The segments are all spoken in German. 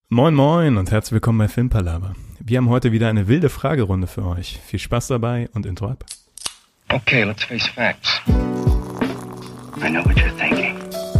Moin moin und herzlich willkommen bei Filmpalava. Wir haben heute wieder eine wilde Fragerunde für euch. Viel Spaß dabei und Intro ab. Okay, let's face facts. I know what you're thinking.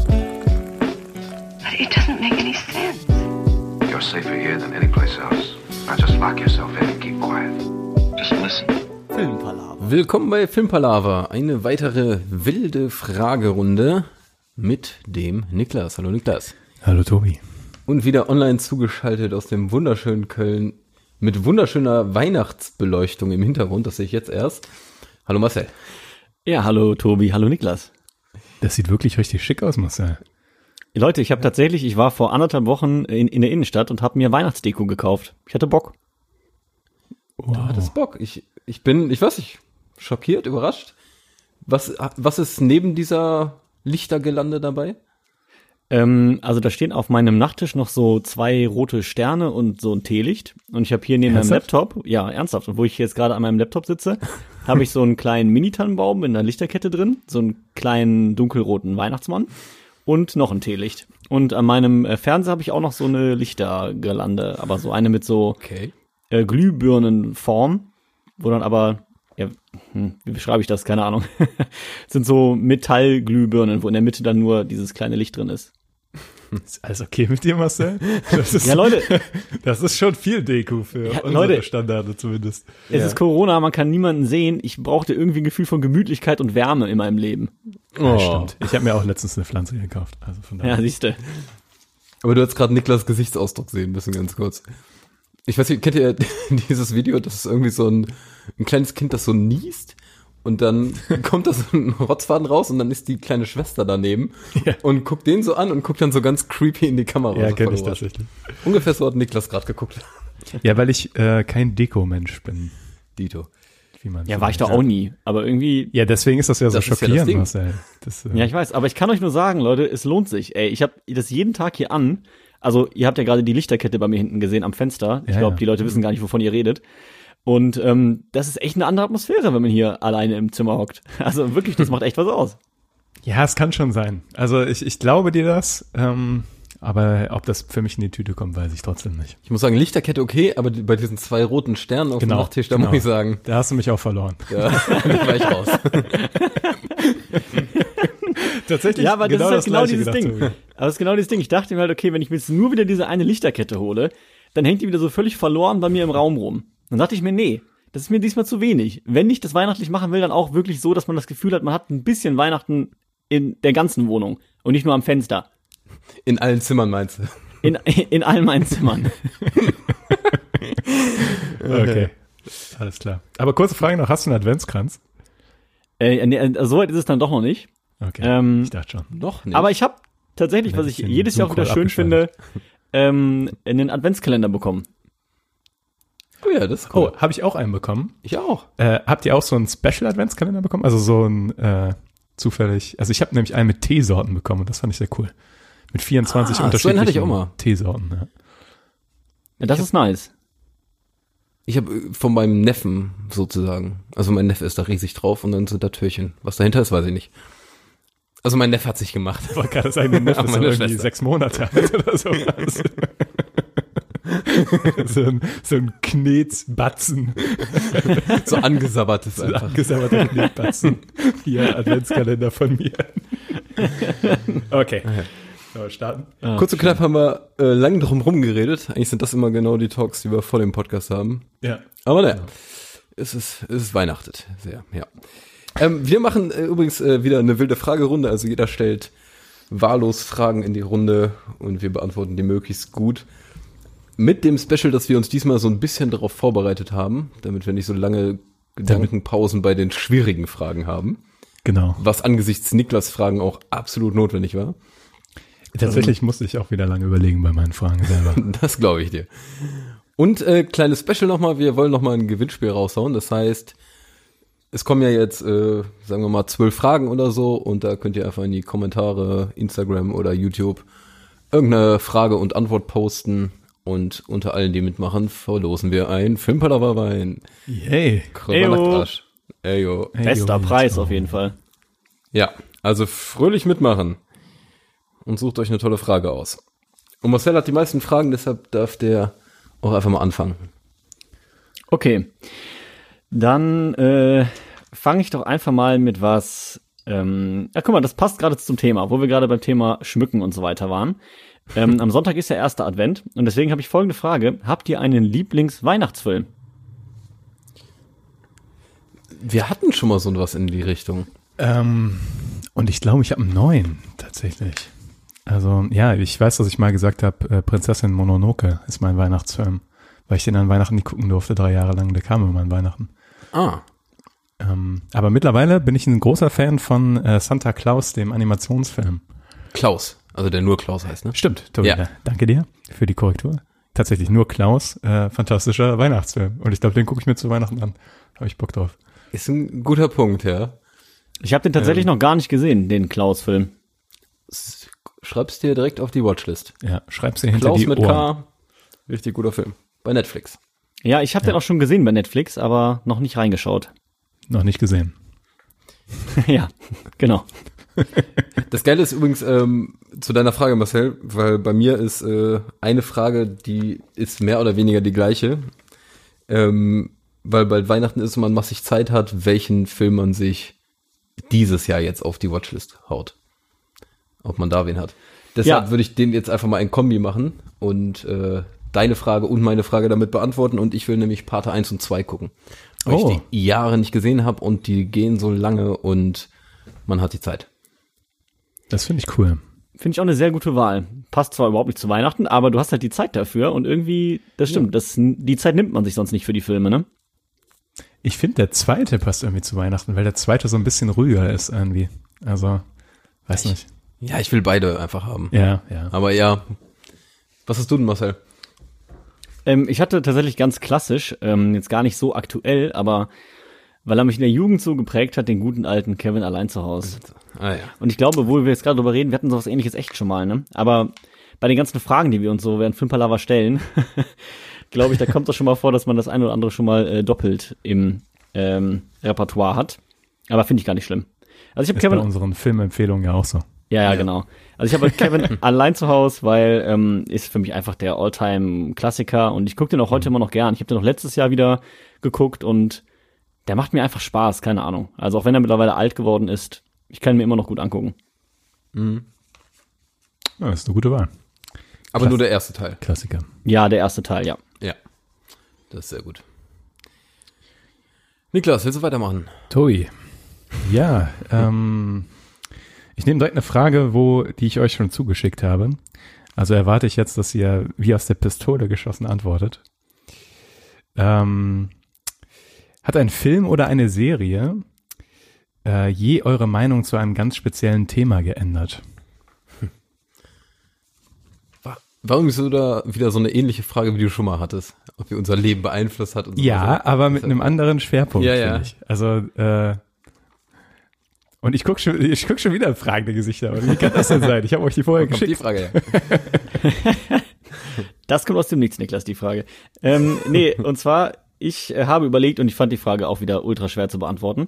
But it doesn't make any sense. You're safer here than any place else. Now just lock yourself in and keep quiet. Just listen. Filmpalava. Willkommen bei Filmpalava. Eine weitere wilde Fragerunde mit dem Niklas. Hallo Niklas. Hallo Tobi. Und wieder online zugeschaltet aus dem wunderschönen Köln mit wunderschöner Weihnachtsbeleuchtung im Hintergrund. Das sehe ich jetzt erst. Hallo Marcel. Ja, hallo Tobi, hallo Niklas. Das sieht wirklich richtig schick aus, Marcel. Leute, ich war vor 1,5 Wochen in der Innenstadt und habe mir Weihnachtsdeko gekauft. Ich hatte Bock. Wow. Du hattest Bock. Ich weiß nicht, schockiert, überrascht. Was ist neben dieser Lichtergelande dabei? Also da stehen auf meinem Nachttisch noch so 2 rote Sterne und so ein Teelicht. Und ich habe hier neben meinem Laptop, ja ernsthaft, und wo ich jetzt gerade an meinem Laptop sitze, habe ich so einen kleinen Mini-Tannenbaum mit einer Lichterkette drin, so einen kleinen dunkelroten Weihnachtsmann und noch ein Teelicht. Und an meinem Fernseher habe ich auch noch so eine Lichtergelande, aber so eine mit so Glühbirnenform, wo dann aber, ja, wie beschreibe ich das? Keine Ahnung. Sind so Metallglühbirnen, wo in der Mitte dann nur dieses kleine Licht drin ist. Ist alles okay mit dir, Marcel? Ja, Leute. Das ist schon viel Deko für unsere Standarde zumindest. Es ist Corona, man kann niemanden sehen. Ich brauchte irgendwie ein Gefühl von Gemütlichkeit und Wärme in meinem Leben. Ja, stimmt. Ich habe mir auch letztens eine Pflanze gekauft. Also von daher. Ja, siehste. Aber du hast gerade Niklas Gesichtsausdruck sehen müssen, ganz kurz. Ich weiß nicht, kennt ihr dieses Video? Das ist irgendwie so ein kleines Kind, das so niest. Und dann kommt da so ein Rotzfaden raus und dann ist die kleine Schwester daneben und guckt den so an und guckt dann so ganz creepy in die Kamera. Ja, so kenn ich tatsächlich. Ungefähr so hat Niklas gerade geguckt. Ja, weil ich kein Deko-Mensch bin. Dito. Wie man Ja, so war ich doch auch nie. Aber irgendwie. Ja, deswegen ist das ja so Das ist ja schockierend, das Ding. Marcel. Das, Ja, ich weiß. Aber ich kann euch nur sagen, Leute, es lohnt sich. Ey, ich habe das jeden Tag hier an. Also, ihr habt ja gerade die Lichterkette bei mir hinten gesehen am Fenster. Ich glaube, die Leute wissen gar nicht, wovon ihr redet. Und das ist echt eine andere Atmosphäre, wenn man hier alleine im Zimmer hockt. Also wirklich, das macht echt was aus. Ja, es kann schon sein. Also ich glaube dir das, aber ob das für mich in die Tüte kommt, weiß ich trotzdem nicht. Ich muss sagen, Lichterkette okay, aber bei diesen 2 roten Sternen auf dem Nachttisch, da muss ich sagen. Da hast du mich auch verloren. Ja, bin ich gleich raus. Tatsächlich. Ja, aber das ist halt genau dieses gedacht, Ding. Aber das ist genau dieses Ding. Ich dachte mir halt, okay, wenn ich mir jetzt nur wieder diese eine Lichterkette hole, dann hängt die wieder so völlig verloren bei mir im Raum rum. Dann dachte ich mir, nee, das ist mir diesmal zu wenig. Wenn ich das weihnachtlich machen will, dann auch wirklich so, dass man das Gefühl hat, man hat ein bisschen Weihnachten in der ganzen Wohnung und nicht nur am Fenster. In allen Zimmern meinst du? In all meinen Zimmern. Okay, alles klar. Aber kurze Frage noch, hast du einen Adventskranz? Nee, so weit ist es dann doch noch nicht. Okay, ich dachte schon. Noch nicht. Aber ich habe tatsächlich, was ich jedes Jahr auch wieder schön finde, einen Adventskalender bekommen. Oh ja, das ist cool. Oh, habe ich auch einen bekommen. Ich auch. Habt ihr auch so einen Special-Adventskalender bekommen? Also so ein zufällig, also ich habe nämlich einen mit Teesorten bekommen und das fand ich sehr cool. Mit 24 so einen unterschiedlichen hatte ich auch mal. Teesorten. Ja. Ja, das ist nice. Ich habe von meinem Neffen sozusagen, also mein Neffe ist da riesig drauf und dann sind da Türchen. Was dahinter ist, weiß ich nicht. Also mein Neffe hat sich gemacht. Ich wollte gerade sagen, mein Neffe ist meine irgendwie Schwester. 6 Monate alt oder sowas. so ein Knetsbatzen. So angesabbertes So einfach. angesabberter Knetbatzen. Hier, Adventskalender von mir. Okay. So, starten. Kurz und knapp haben wir lange drum rumgeredet. Eigentlich sind das immer genau die Talks, die wir vor dem Podcast haben. Ja. Aber naja, es ist weihnachtet. Sehr, ja. Wir machen übrigens wieder eine wilde Fragerunde. Also jeder stellt wahllos Fragen in die Runde und wir beantworten die möglichst gut. Mit dem Special, dass wir uns diesmal so ein bisschen darauf vorbereitet haben, damit wir nicht so lange Gedankenpausen bei den schwierigen Fragen haben. Genau. Was angesichts Niklas Fragen auch absolut notwendig war. Tatsächlich musste ich auch wieder lange überlegen bei meinen Fragen selber. Das glaube ich dir. Und kleines Special nochmal, wir wollen nochmal ein Gewinnspiel raushauen. Das heißt, es kommen ja jetzt, sagen wir mal, 12 Fragen oder so und da könnt ihr einfach in die Kommentare, Instagram oder YouTube irgendeine Frage und Antwort posten. Und unter allen, die mitmachen, verlosen wir ein Filmpalava-Wein. Yay. Krabbernacktarsch. Eyo. Bester Preis auf jeden Fall. Ja, also fröhlich mitmachen. Und sucht euch eine tolle Frage aus. Und Marcel hat die meisten Fragen, deshalb darf der auch einfach mal anfangen. Okay, dann fange ich doch einfach mal mit was. Guck mal, das passt gerade zum Thema, wo wir gerade beim Thema Schmücken und so weiter waren. Am Sonntag ist der erste Advent und deswegen habe ich folgende Frage. Habt ihr einen Lieblings-Weihnachtsfilm? Wir hatten schon mal so was in die Richtung. Und ich glaube, ich habe einen neuen tatsächlich. Also ja, ich weiß, dass ich mal gesagt habe, Prinzessin Mononoke ist mein Weihnachtsfilm, weil ich den an Weihnachten nie gucken durfte, 3 Jahre lang. Der kam immer an Weihnachten. Aber mittlerweile bin ich ein großer Fan von Santa Claus, dem Animationsfilm. Klaus, also der nur Klaus heißt, ne? Stimmt, Tobi, Ja. Danke dir für die Korrektur. Tatsächlich nur Klaus, fantastischer Weihnachtsfilm. Und ich glaube, den gucke ich mir zu Weihnachten an. Habe ich Bock drauf. Ist ein guter Punkt, ja. Ich habe den tatsächlich noch gar nicht gesehen, den Klaus-Film. Schreib's dir direkt auf die Watchlist. Ja, schreib's dir hinter Klaus die mit Ohren. K, richtig guter Film. Bei Netflix. Ja, ich habe den auch schon gesehen bei Netflix, aber noch nicht reingeschaut. Noch nicht gesehen. Ja, genau. Das Geile ist übrigens zu deiner Frage, Marcel, weil bei mir ist eine Frage, die ist mehr oder weniger die gleiche. Weil bald Weihnachten ist und man massig Zeit hat, welchen Film man sich dieses Jahr jetzt auf die Watchlist haut. Ob man da wen hat. Deshalb würde ich den jetzt einfach mal ein Kombi machen und deine Frage und meine Frage damit beantworten. Und ich will nämlich Pate 1 und 2 gucken. Weil ich die Jahre nicht gesehen habe und die gehen so lange und man hat die Zeit. Das finde ich cool. Finde ich auch eine sehr gute Wahl. Passt zwar überhaupt nicht zu Weihnachten, aber du hast halt die Zeit dafür und irgendwie, das stimmt, die Zeit nimmt man sich sonst nicht für die Filme, ne? Ich finde, der zweite passt irgendwie zu Weihnachten, weil der zweite so ein bisschen ruhiger ist irgendwie. Also, weiß nicht. Ja, ich will beide einfach haben. Ja. Aber ja, was hast du denn, Marcel? Ich hatte tatsächlich ganz klassisch, jetzt gar nicht so aktuell, aber weil er mich in der Jugend so geprägt hat, den guten alten Kevin allein zu Hause. Ah ja. Und ich glaube, wo wir jetzt gerade drüber reden, wir hatten sowas Ähnliches echt schon mal, ne? Aber bei den ganzen Fragen, die wir uns so während Filmpalava stellen, glaube ich, da kommt das schon mal vor, dass man das eine oder andere schon mal doppelt im Repertoire hat. Aber finde ich gar nicht schlimm. Also ich habe Kevin bei unseren Filmempfehlungen ja auch so. Ja, genau. Also ich habe Kevin allein zu Hause, weil ist für mich einfach der All-Time-Klassiker und ich gucke den auch heute immer noch gern. Ich habe den auch letztes Jahr wieder geguckt und der macht mir einfach Spaß, keine Ahnung. Also auch wenn er mittlerweile alt geworden ist, ich kann ihn mir immer noch gut angucken. Ja, das ist eine gute Wahl. Aber nur der erste Teil. Klassiker. Ja, der erste Teil, ja. Ja, das ist sehr gut. Niklas, willst du weitermachen? Tobi. Ja, ich nehme direkt eine Frage, die ich euch schon zugeschickt habe. Also erwarte ich jetzt, dass ihr wie aus der Pistole geschossen antwortet. Hat ein Film oder eine Serie je eure Meinung zu einem ganz speziellen Thema geändert? War irgendwie so da wieder so eine ähnliche Frage, wie du schon mal hattest, ob wie unser Leben beeinflusst hat und so. Ja, aber mit einem anderen Schwerpunkt, finde ich. Also, und ich guck schon wieder fragende Gesichter. Und wie kann das denn sein? Ich habe euch die vorher geschickt. Die Frage, ja. Das kommt aus dem Nichts, Niklas, die Frage. Nee, und zwar, ich habe überlegt und ich fand die Frage auch wieder ultra schwer zu beantworten.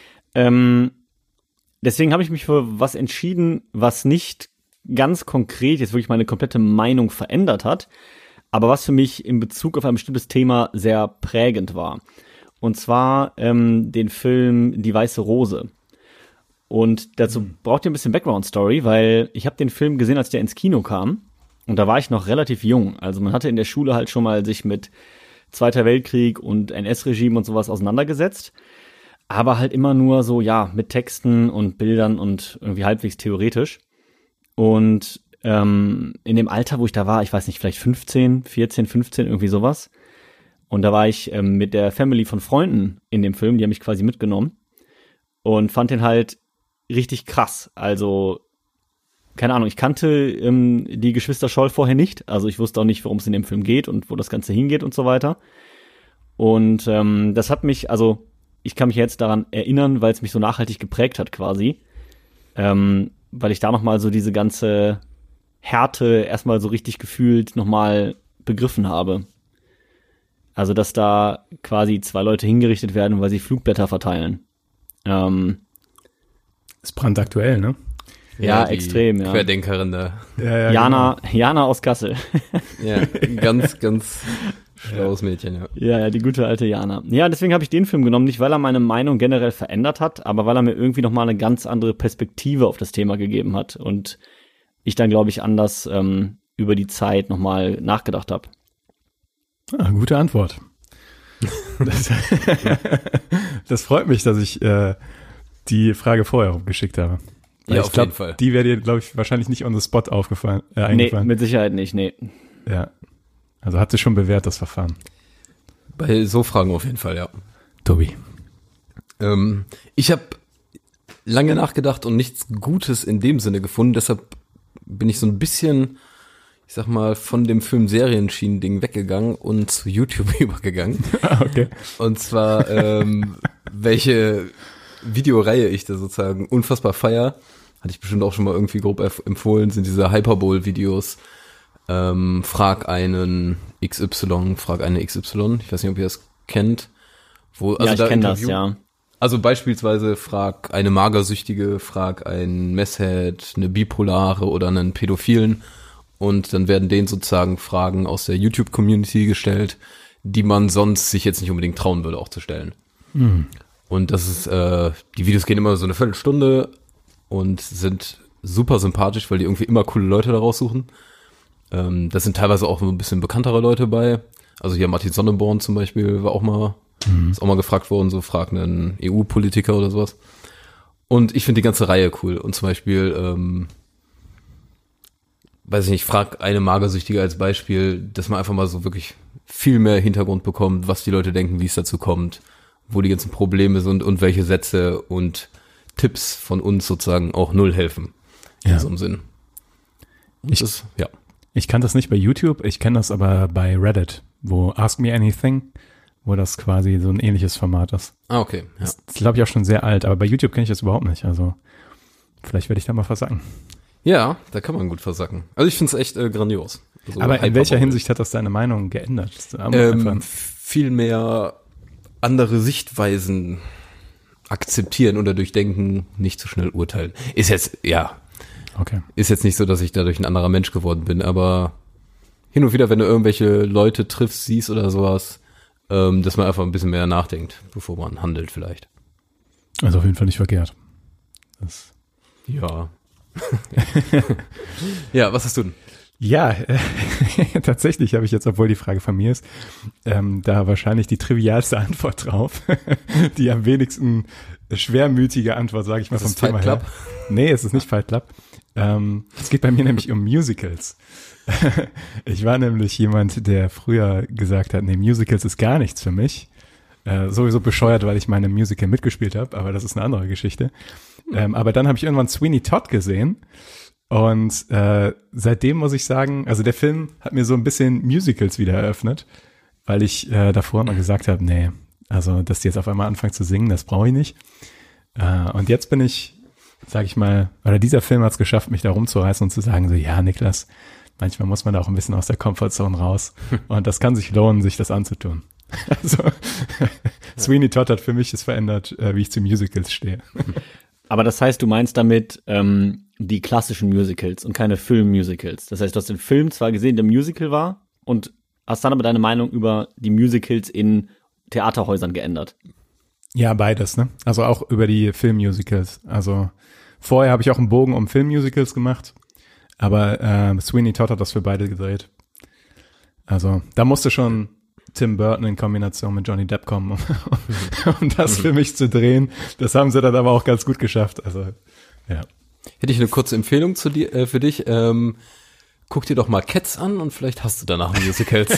Deswegen habe ich mich für was entschieden, was nicht ganz konkret jetzt wirklich meine komplette Meinung verändert hat, aber was für mich in Bezug auf ein bestimmtes Thema sehr prägend war. Und zwar den Film Die Weiße Rose. Und dazu braucht ihr ein bisschen Background-Story, weil ich habe den Film gesehen, als der ins Kino kam. Und da war ich noch relativ jung. Also man hatte in der Schule halt schon mal sich mit Zweiter Weltkrieg und NS-Regime und sowas auseinandergesetzt. Aber halt immer nur so, ja, mit Texten und Bildern und irgendwie halbwegs theoretisch. Und in dem Alter, wo ich da war, ich weiß nicht, vielleicht 14, 15, irgendwie sowas. Und da war ich mit der Family von Freunden in dem Film, die haben mich quasi mitgenommen. Und fand den halt richtig krass. Also, keine Ahnung, ich kannte die Geschwister Scholl vorher nicht. Also ich wusste auch nicht, worum es in dem Film geht und wo das Ganze hingeht und so weiter. Und das hat mich, also ich kann mich jetzt daran erinnern, weil es mich so nachhaltig geprägt hat quasi. Weil ich da nochmal so diese ganze Härte erstmal so richtig gefühlt nochmal begriffen habe. Also, dass da quasi 2 Leute hingerichtet werden, weil sie Flugblätter verteilen. Ist brandaktuell, ne? Ja, die extrem, ja. Querdenkerin da. Ja, Jana aus Kassel. Ja, ganz, ganz schlaues Mädchen, ja. Ja, die gute alte Jana. Ja, deswegen habe ich den Film genommen, nicht weil er meine Meinung generell verändert hat, aber weil er mir irgendwie nochmal eine ganz andere Perspektive auf das Thema gegeben hat und ich dann, glaube ich, anders über die Zeit nochmal nachgedacht habe. Gute Antwort. Das freut mich, dass ich die Frage vorher rumgeschickt habe. Weil Ja, ich auf glaub, jeden Fall. Die wäre dir, glaube ich, wahrscheinlich nicht on the spot Nee, eingefallen. mit Sicherheit nicht, nee. Ja. Also hat sich schon bewährt, das Verfahren. Bei so Fragen auf jeden Fall, ja. Tobi. Ich habe lange nachgedacht und nichts Gutes in dem Sinne gefunden, deshalb bin ich so ein bisschen, ich sag mal, von dem Film-Serienschienen-Ding weggegangen und zu YouTube übergegangen. Okay. Und zwar, welche Videoreihe ich da sozusagen unfassbar feier, hatte ich bestimmt auch schon mal irgendwie grob empfohlen, sind diese Hyperbole-Videos. Frag einen XY, frag eine XY. Ich weiß nicht, ob ihr das kennt. Ja, ich kenne das, ja. Also beispielsweise frag eine Magersüchtige, frag einen Messhead, eine Bipolare oder einen Pädophilen und dann werden denen sozusagen Fragen aus der YouTube-Community gestellt, die man sonst sich jetzt nicht unbedingt trauen würde auch zu stellen. Und das ist, die Videos gehen immer so eine Viertelstunde und sind super sympathisch, weil die irgendwie immer coole Leute da raussuchen. Das sind teilweise auch so ein bisschen bekanntere Leute bei. Also hier Martin Sonneborn zum Beispiel war auch mal, ist auch mal gefragt worden, so frag einen EU-Politiker oder sowas. Und ich finde die ganze Reihe cool. Und zum Beispiel, weiß ich nicht, frag eine Magersüchtige als Beispiel, dass man einfach mal so wirklich viel mehr Hintergrund bekommt, was die Leute denken, wie es dazu kommt, wo die ganzen Probleme sind und welche Sätze und Tipps von uns sozusagen auch null helfen. In so einem Sinn. Und ja. Ich kann das nicht bei YouTube, ich kenne das aber bei Reddit, wo Ask Me Anything, wo das quasi so ein ähnliches Format ist. Ah, okay. Ja. Das ist, glaube ich, auch schon sehr alt, aber bei YouTube kenne ich das überhaupt nicht. Also vielleicht werde ich da mal versacken. Ja, da kann man gut versacken. Also ich finde es echt grandios. So aber in welcher Hinsicht hat das deine Meinung geändert? Viel mehr andere Sichtweisen akzeptieren oder durchdenken, nicht zu schnell urteilen. Ist jetzt, ja, okay. Ist jetzt nicht so, dass ich dadurch ein anderer Mensch geworden bin, aber hin und wieder, wenn du irgendwelche Leute triffst, siehst oder sowas, dass man einfach ein bisschen mehr nachdenkt, bevor man handelt vielleicht. Also auf jeden Fall nicht verkehrt. Ja. Ja, was hast du denn? Ja, tatsächlich habe ich jetzt, obwohl die Frage von mir ist, da wahrscheinlich die trivialste Antwort drauf. Die am wenigsten schwermütige Antwort, sage ich mal, vom Thema her. Nee, es ist nicht Fight Club. Es geht bei mir nämlich um Musicals. Ich war nämlich jemand, der früher gesagt hat, nee, Musicals ist gar nichts für mich. Sowieso bescheuert, weil ich meine Musical mitgespielt habe, aber das ist eine andere Geschichte. Aber dann habe ich irgendwann Sweeney Todd gesehen und seitdem muss ich sagen, also der Film hat mir so ein bisschen Musicals wieder eröffnet, weil ich davor immer gesagt habe, nee, also dass die jetzt auf einmal anfangen zu singen, das brauche ich nicht. Und jetzt bin ich, sag ich mal, oder dieser Film hat es geschafft, mich da rumzureißen und zu sagen, so, ja, Niklas, manchmal muss man da auch ein bisschen aus der Comfortzone raus und das kann sich lohnen, sich das anzutun. Also Sweeney Todd hat für mich das verändert, wie ich zu Musicals stehe. Aber das heißt, du meinst damit die klassischen Musicals und keine Filmmusicals. Das heißt, du hast den Film zwar gesehen, der Musical war, und hast dann aber deine Meinung über die Musicals in Theaterhäusern geändert. Ja, beides, ne? Also auch über die Filmmusicals. Also vorher habe ich auch einen Bogen um Filmmusicals gemacht, aber Sweeney Todd hat das für beide gedreht. Also da musste schon Tim Burton in Kombination mit Johnny Depp kommen, um das für mich zu drehen. Das haben sie dann aber auch ganz gut geschafft. Also, ja. Hätte ich eine kurze Empfehlung für dich. Guck dir doch mal Cats an und vielleicht hast du danach Musicals.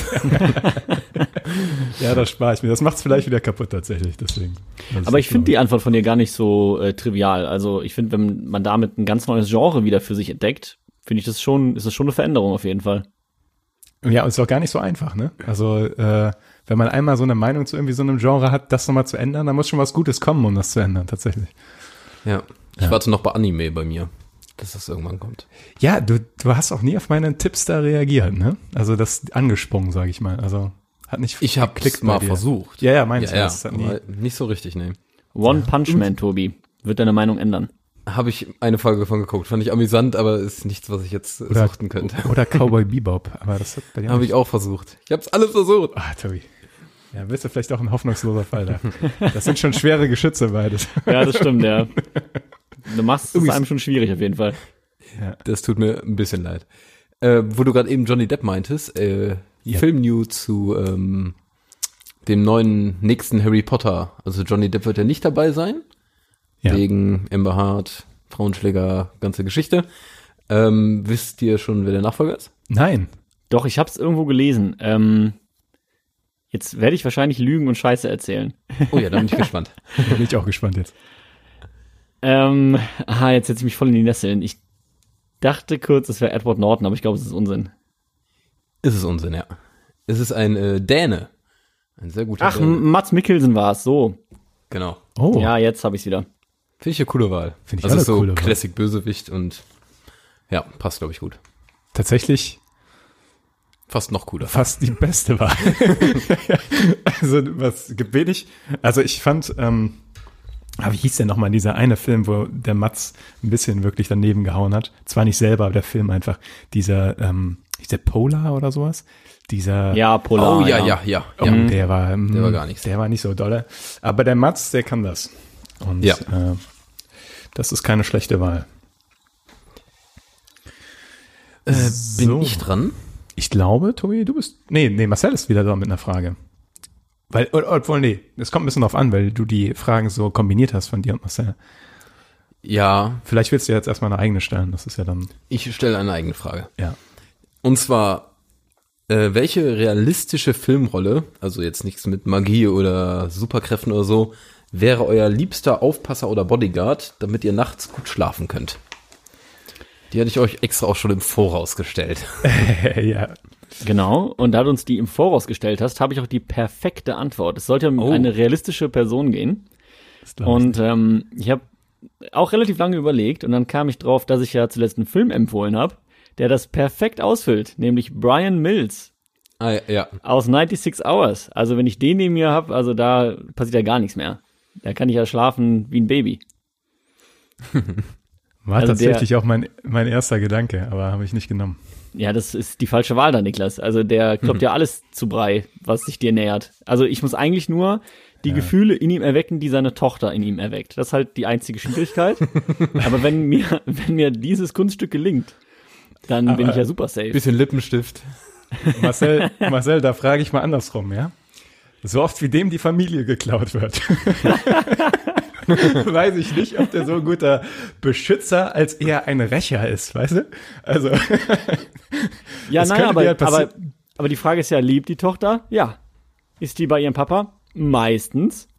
Ja, das spare ich mir. Das macht es vielleicht wieder kaputt tatsächlich, deswegen. Aber ich finde die Antwort von dir gar nicht so trivial. Also ich finde, wenn man damit ein ganz neues Genre wieder für sich entdeckt, finde ich ist das schon eine Veränderung auf jeden Fall. Ja, und ist auch gar nicht so einfach, ne? Also, wenn man einmal so eine Meinung zu irgendwie so einem Genre hat, das nochmal zu ändern, dann muss schon was Gutes kommen, um das zu ändern, tatsächlich. Ja, ich warte noch bei Anime bei mir, dass das irgendwann kommt. Ja, du hast auch nie auf meine Tipps da reagiert, ne? Also das angesprungen, sage ich mal. Also hat nicht Ich habe geklickt mal bei dir. versucht. Ja, meinst du, Ja, das hat nie. aber nicht so richtig, ne. One Punch Man, Tobi, wird deine Meinung ändern. Habe ich eine Folge von geguckt. Fand ich amüsant, aber ist nichts, was ich jetzt suchten könnte. Oder Cowboy Bebop, aber das hat bei dir Habe ich auch versucht. Ich habe es alles versucht. Ah, Tobi. Ja, bist du vielleicht auch ein hoffnungsloser Fall da. Das sind schon schwere Geschütze beides. Ja, das stimmt, ja. Du machst es einem schon schwierig auf jeden Fall. Ja. Das tut mir ein bisschen leid. Wo du gerade eben Johnny Depp meintest, Film-New zu dem neuen nächsten Harry Potter. Also Johnny Depp wird ja nicht dabei sein. Ja. Wegen Amber Heard, Frauenschläger, ganze Geschichte. Wisst ihr schon, wer der Nachfolger ist? Nein. Doch, ich hab's irgendwo gelesen. Jetzt werde ich wahrscheinlich lügen und Scheiße erzählen. Oh ja, da bin ich gespannt. Da bin ich auch gespannt jetzt. Jetzt setze ich mich voll in die Nesseln. Ich dachte kurz, es wäre Edward Norton, aber ich glaube, es ist Unsinn. Ist es Unsinn, ja. Es ist ein Däne. Ein sehr guter Ach, Däne. Mads Mikkelsen war es, so. Genau. Oh, Ja, jetzt habe ich's wieder. Finde ich eine coole Wahl. Finde ich also alle so coole Wahl. Classic-Bösewicht und ja, passt, glaube ich, gut. tatsächlich Fast noch cooler. fast die beste Wahl. Also, was gibt wenig. Also, ich fand, wie hieß denn nochmal dieser eine Film, wo der Mats ein bisschen wirklich daneben gehauen hat? Zwar nicht selber, aber der Film einfach. Dieser Polar oder sowas? Dieser, Ja, Polar. Oh ja. der war gar nichts. Der war nicht so dolle. Aber der Mats, der kann das. Und Ja. das ist keine schlechte Wahl. Bin ich dran? Ich glaube, Tobi, du bist. Nee, Marcel ist wieder dran mit einer Frage. Weil, obwohl, nee, das kommt ein bisschen drauf an, weil du die Fragen so kombiniert hast von dir und Marcel. Ja, Vielleicht willst du jetzt erstmal eine eigene stellen, das ist ja dann, ich stelle eine eigene Frage. ja. Und zwar, welche realistische Filmrolle, also jetzt nichts mit Magie oder Superkräften oder so, wäre euer liebster Aufpasser oder Bodyguard, damit ihr nachts gut schlafen könnt? Die hatte ich euch extra auch schon im Voraus gestellt. Ja. Genau, und da du uns die im Voraus gestellt hast, habe ich auch die perfekte Antwort. Es sollte um eine realistische Person gehen. Das glaub ich. Und ich habe auch relativ lange überlegt und dann kam ich drauf, dass ich ja zuletzt einen Film empfohlen habe, der das perfekt ausfüllt, nämlich Brian Mills Ja. aus 96 Hours. Also wenn ich den neben mir habe, also da passiert ja gar nichts mehr. Da kann ich ja schlafen wie ein Baby. War also tatsächlich auch mein erster Gedanke, aber habe ich nicht genommen. Ja, das ist die falsche Wahl da, Niklas. Also der kloppt ja alles zu Brei, was sich dir nähert. Also ich muss eigentlich nur die Gefühle in ihm erwecken, die seine Tochter in ihm erweckt. Das ist halt die einzige Schwierigkeit. Aber wenn mir dieses Kunststück gelingt, dann bin ich ja super safe. Bisschen Lippenstift. Marcel, da frage ich mal andersrum, ja? So oft wie dem die Familie geklaut wird, weiß ich nicht, ob der so ein guter Beschützer als eher ein Rächer ist, weißt du? Also Ja, das nein, könnte dir halt passieren. aber die Frage ist ja, liebt die Tochter? Ja. Ist die bei ihrem Papa? Meistens.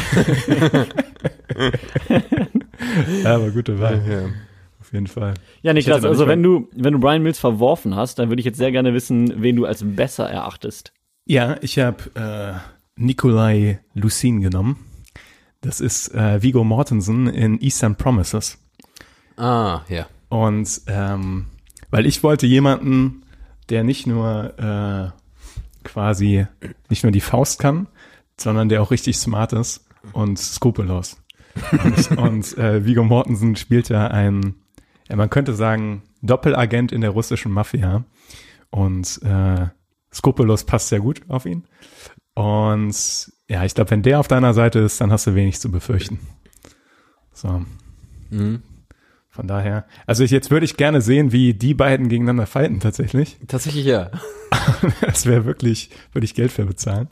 Ja, aber gute Wahl. Ja. Auf jeden Fall. Ja, Niklas, noch also nicht wenn du Brian Mills verworfen hast, dann würde ich jetzt sehr gerne wissen, wen du als besser erachtest. Ja, ich habe Nikolai Lucin genommen. Das ist Viggo Mortensen in Eastern Promises. Ah, ja. Und weil ich wollte jemanden, der nicht nur quasi nicht nur die Faust kann, sondern der auch richtig smart ist und skrupellos. Und Viggo Mortensen spielt ja man könnte sagen, Doppelagent in der russischen Mafia. Und skrupellos passt sehr gut auf ihn. Und ja, ich glaube, wenn der auf deiner Seite ist, dann hast du wenig zu befürchten. So. Mhm. Von daher, also jetzt würde ich gerne sehen, wie die beiden gegeneinander fighten tatsächlich. Tatsächlich ja. Das wäre wirklich, würde ich Geld für bezahlen.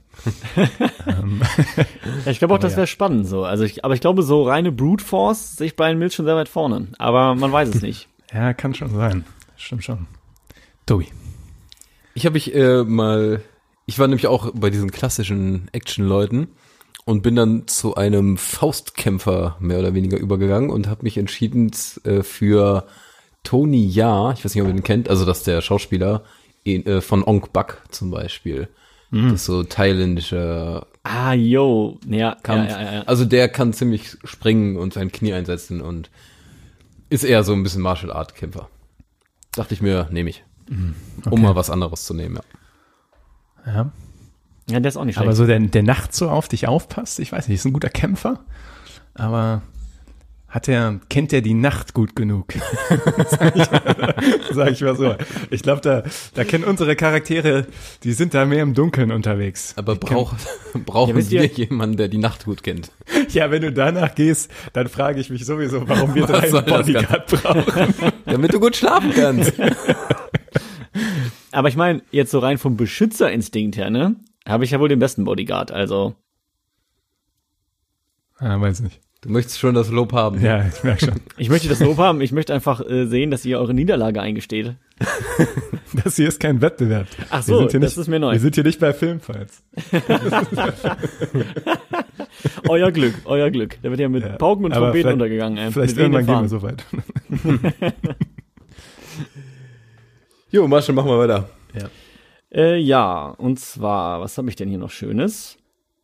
Ja, ich glaube auch, das wäre spannend so. Also aber ich glaube, so reine Brute Force sehe ich Brian Mills schon sehr weit vorne. Aber man weiß es nicht. Ja, kann schon sein. Stimmt schon. Tobi. Ich war nämlich auch bei diesen klassischen Action-Leuten und bin dann zu einem Faustkämpfer mehr oder weniger übergegangen und habe mich entschieden für Tony Jaa, ich weiß nicht, ob ihr den kennt, also das ist der Schauspieler von Ong Bak zum Beispiel. Das ist so thailändischer Kampf. Ja. Also der kann ziemlich springen und sein Knie einsetzen und ist eher so ein bisschen Martial Art Kämpfer. Dachte ich mir, nehme ich. Um mal was anderes zu nehmen, ja. Ja. Ja, der ist auch nicht schlecht. Aber so der nachts so auf dich aufpasst, ich weiß nicht, ist ein guter Kämpfer, aber kennt er die Nacht gut genug? Sag ich mal so. Ich glaube, da kennen unsere Charaktere, die sind da mehr im Dunkeln unterwegs. Aber brauchen wir jemanden, der die Nacht gut kennt? Ja, wenn du danach gehst, dann frage ich mich sowieso, warum wir 3 einen Bodyguard brauchen. Damit du gut schlafen kannst. Aber ich meine, jetzt so rein vom Beschützerinstinkt her, ne, habe ich ja wohl den besten Bodyguard, also. Ah, weiß nicht. Du möchtest schon das Lob haben. Ja, ich merke schon. Ich möchte das Lob haben, ich möchte einfach sehen, dass ihr eure Niederlage eingesteht. Das hier ist kein Wettbewerb. Ach so, das ist mir neu. Wir sind hier nicht bei Filmfights. Euer Glück. Da wird ja mit Pauken und Trompeten untergegangen. Vielleicht irgendwann gehen wir so weit. Jo, Marshall, machen wir weiter. Ja, und zwar, was habe ich denn hier noch Schönes?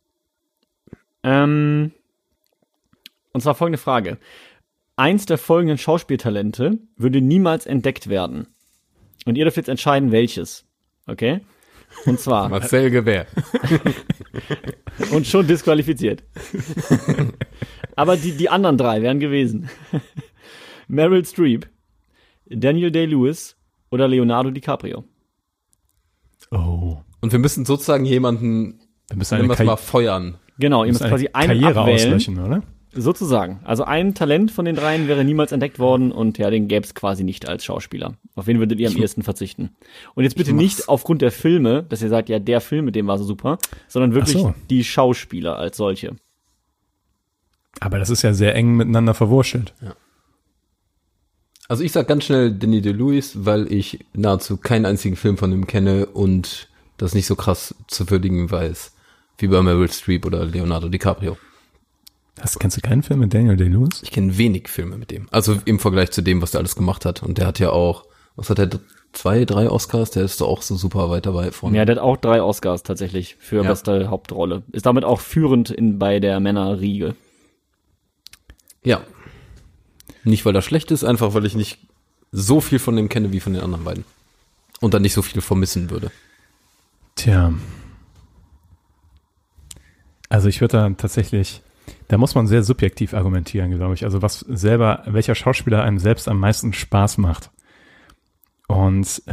Und zwar folgende Frage. Eins der folgenden Schauspieltalente würde niemals entdeckt werden. Und ihr dürft jetzt entscheiden, welches. Okay? Und zwar. Marcel Gewehr. Und schon disqualifiziert. Aber die anderen 3 wären gewesen. Meryl Streep, Daniel Day-Lewis oder Leonardo DiCaprio. Oh. Und wir müssen sozusagen jemanden, mal feuern. Genau, ihr müsst quasi einen Karriere abwählen. auslöschen, oder? Sozusagen. Also ein Talent von den 3 wäre niemals entdeckt worden und ja, den gäbe es quasi nicht als Schauspieler. Auf wen würdet ihr am ehesten verzichten? Und jetzt bitte nicht aufgrund der Filme, dass ihr sagt, ja, der Film mit dem war so super, sondern wirklich die Schauspieler als solche. Aber das ist ja sehr eng miteinander verwurschtelt. Ja. Also ich sag ganz schnell Danny DeLuise, weil ich nahezu keinen einzigen Film von ihm kenne und das nicht so krass zu würdigen weiß, wie bei Meryl Streep oder Leonardo DiCaprio. Kennst du keinen Film mit Daniel Day-Lewis? Ich kenne wenig Filme mit dem. Also im Vergleich zu dem, was der alles gemacht hat. Und der hat ja auch, was hat der, 2, 3 Oscars? Der ist doch auch so super weit dabei vorne. Ja, der hat auch 3 Oscars tatsächlich für beste Hauptrolle. Ist damit auch führend bei der Männerriege. Ja. Nicht, weil er schlecht ist, einfach weil ich nicht so viel von dem kenne wie von den anderen beiden. Und dann nicht so viel vermissen würde. Tja. Also ich würde da tatsächlich, da muss man sehr subjektiv argumentieren, glaube ich. Also welcher Schauspieler einem selbst am meisten Spaß macht. Und es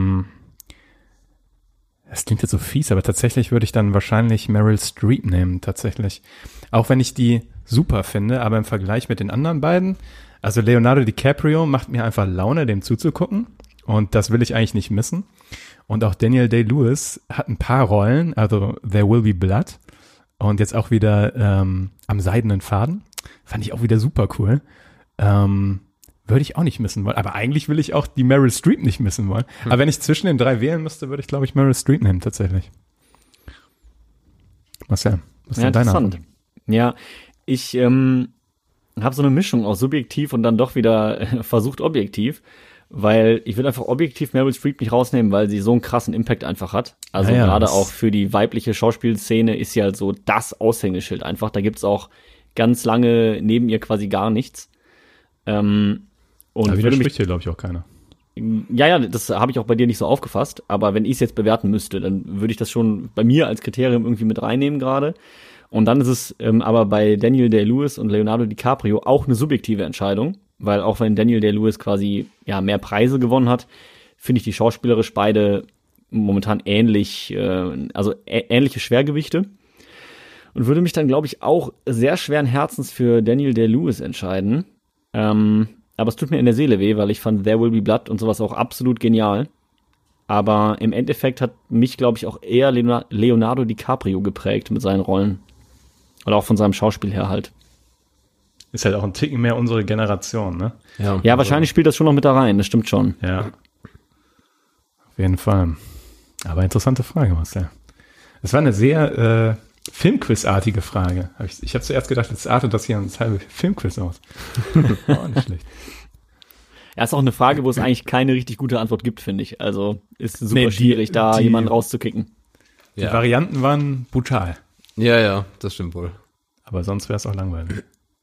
klingt jetzt so fies, aber tatsächlich würde ich dann wahrscheinlich Meryl Streep nehmen, tatsächlich. Auch wenn ich die super finde, aber im Vergleich mit den anderen beiden, also Leonardo DiCaprio macht mir einfach Laune, dem zuzugucken. Und das will ich eigentlich nicht missen. Und auch Daniel Day-Lewis hat ein paar Rollen, also There Will Be Blood und jetzt auch wieder am seidenen Faden. Fand ich auch wieder super cool. Würde ich auch nicht missen wollen. Aber eigentlich will ich auch die Meryl Streep nicht missen wollen. Aber wenn ich zwischen den 3 wählen müsste, würde ich, glaube ich, Meryl Streep nehmen, tatsächlich. Marcel, was ist denn deine Antwort? Ja, ich habe so eine Mischung aus subjektiv und dann doch wieder versucht objektiv. Weil ich will einfach objektiv Meryl Streep nicht rausnehmen, weil sie so einen krassen Impact einfach hat. Also gerade auch für die weibliche Schauspielszene ist sie halt so das Aushängeschild einfach. Da gibt's auch ganz lange neben ihr quasi gar nichts. Und da widerspricht hier, glaube ich, auch keiner. Ja, das habe ich auch bei dir nicht so aufgefasst. Aber wenn ich es jetzt bewerten müsste, dann würde ich das schon bei mir als Kriterium irgendwie mit reinnehmen gerade. Und dann ist es aber bei Daniel Day-Lewis und Leonardo DiCaprio auch eine subjektive Entscheidung. Weil auch wenn Daniel Day-Lewis quasi mehr Preise gewonnen hat, finde ich die schauspielerisch beide momentan ähnlich, ähnliche Schwergewichte. Und würde mich dann, glaube ich, auch sehr schweren Herzens für Daniel Day-Lewis entscheiden. Aber es tut mir in der Seele weh, weil ich fand There Will Be Blood und sowas auch absolut genial. Aber im Endeffekt hat mich, glaube ich, auch eher Leonardo DiCaprio geprägt mit seinen Rollen. Oder auch von seinem Schauspiel her halt. Ist halt auch ein Ticken mehr unsere Generation, ne? Ja, wahrscheinlich spielt das schon noch mit da rein, das stimmt schon. Ja. Auf jeden Fall. Aber interessante Frage, Marcel. Es war eine sehr Filmquiz-artige Frage. Ich habe zuerst gedacht, jetzt artet das hier ins halbe Filmquiz aus. Auch nicht schlecht. Ja, ist auch eine Frage, wo es eigentlich keine richtig gute Antwort gibt, finde ich. Also ist super schwierig, da jemanden rauszukicken. Die Varianten waren brutal. Ja, das stimmt wohl. Aber sonst wäre es auch langweilig.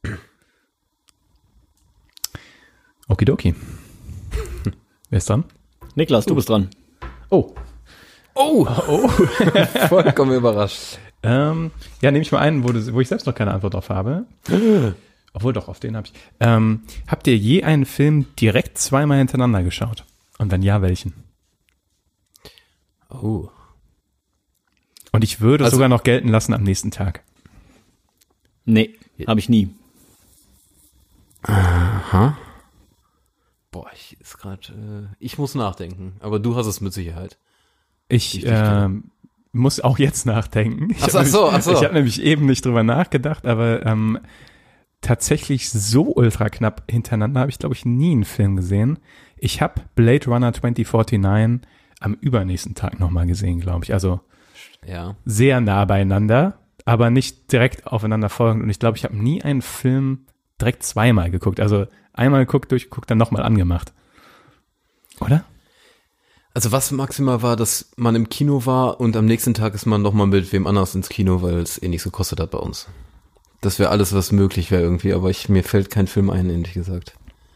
Okidoki. Wer ist dran? Niklas, du bist dran. Oh. Vollkommen überrascht. Ja, nehme ich mal einen, wo ich selbst noch keine Antwort drauf habe. Obwohl doch, auf den habe ich. Habt ihr je einen Film direkt zweimal hintereinander geschaut? Und wenn ja, welchen? Oh. Und ich würde sogar noch gelten lassen am nächsten Tag. Nee, habe ich nie. Aha. Boah, ich muss nachdenken, aber du hast es mit Sicherheit. Ich muss auch jetzt nachdenken. Ich Ach so. Ich habe nämlich eben nicht drüber nachgedacht, aber tatsächlich so ultra knapp hintereinander habe ich, glaube ich, nie einen Film gesehen. Ich habe Blade Runner 2049 am übernächsten Tag nochmal gesehen, glaube ich. Also ja. Sehr nah beieinander, aber nicht direkt aufeinander folgend. Und ich glaube, ich habe nie einen Film direkt zweimal geguckt. Also einmal geguckt, durchgeguckt, dann nochmal angemacht. Oder? Also was maximal war, dass man im Kino war und am nächsten Tag ist man nochmal mit wem anders ins Kino, weil es nichts gekostet hat bei uns. Das wäre alles, was möglich wäre irgendwie, aber mir fällt kein Film ein, ehrlich gesagt.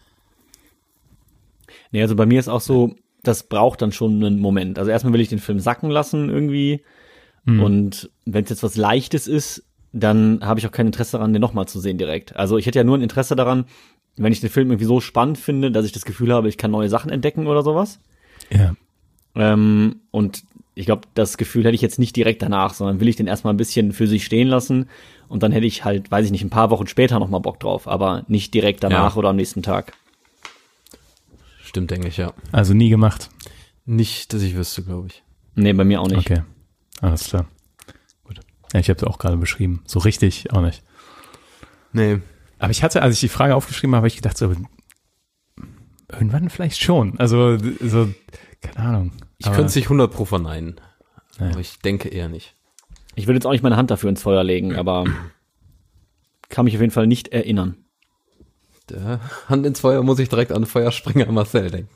Nee, also bei mir ist auch so, das braucht dann schon einen Moment. Also erstmal will ich den Film sacken lassen irgendwie. Und wenn es jetzt was Leichtes ist, dann habe ich auch kein Interesse daran, den nochmal zu sehen direkt. Also ich hätte ja nur ein Interesse daran, wenn ich den Film irgendwie so spannend finde, dass ich das Gefühl habe, ich kann neue Sachen entdecken oder sowas. Ja. Und ich glaube, das Gefühl hätte ich jetzt nicht direkt danach, sondern will ich den erstmal ein bisschen für sich stehen lassen und dann hätte ich halt, weiß ich nicht, ein paar Wochen später nochmal Bock drauf, aber nicht direkt danach oder am nächsten Tag. Stimmt, denke ich, ja. Also nie gemacht? Nicht, dass ich wüsste, glaube ich. Nee, bei mir auch nicht. Okay, alles klar. Gut. Ja, ich habe es auch gerade beschrieben. So richtig auch nicht. Nee. Aber ich hatte, als ich die Frage aufgeschrieben habe, ich gedacht so, irgendwann vielleicht schon. Also so, keine Ahnung. Ich könnte es nicht 100% verneinen. Naja. Aber ich denke eher nicht. Ich würde jetzt auch nicht meine Hand dafür ins Feuer legen, aber kann mich auf jeden Fall nicht erinnern. Der Hand ins Feuer muss ich direkt an Feuerspringer Marcel denken.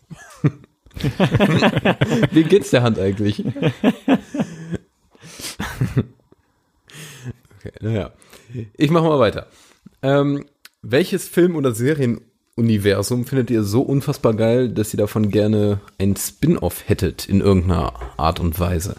Wie geht's der Hand eigentlich? Okay, naja. Ich mache mal weiter. Welches Film- oder Serienuniversum findet ihr so unfassbar geil, dass ihr davon gerne ein Spin-off hättet in irgendeiner Art und Weise?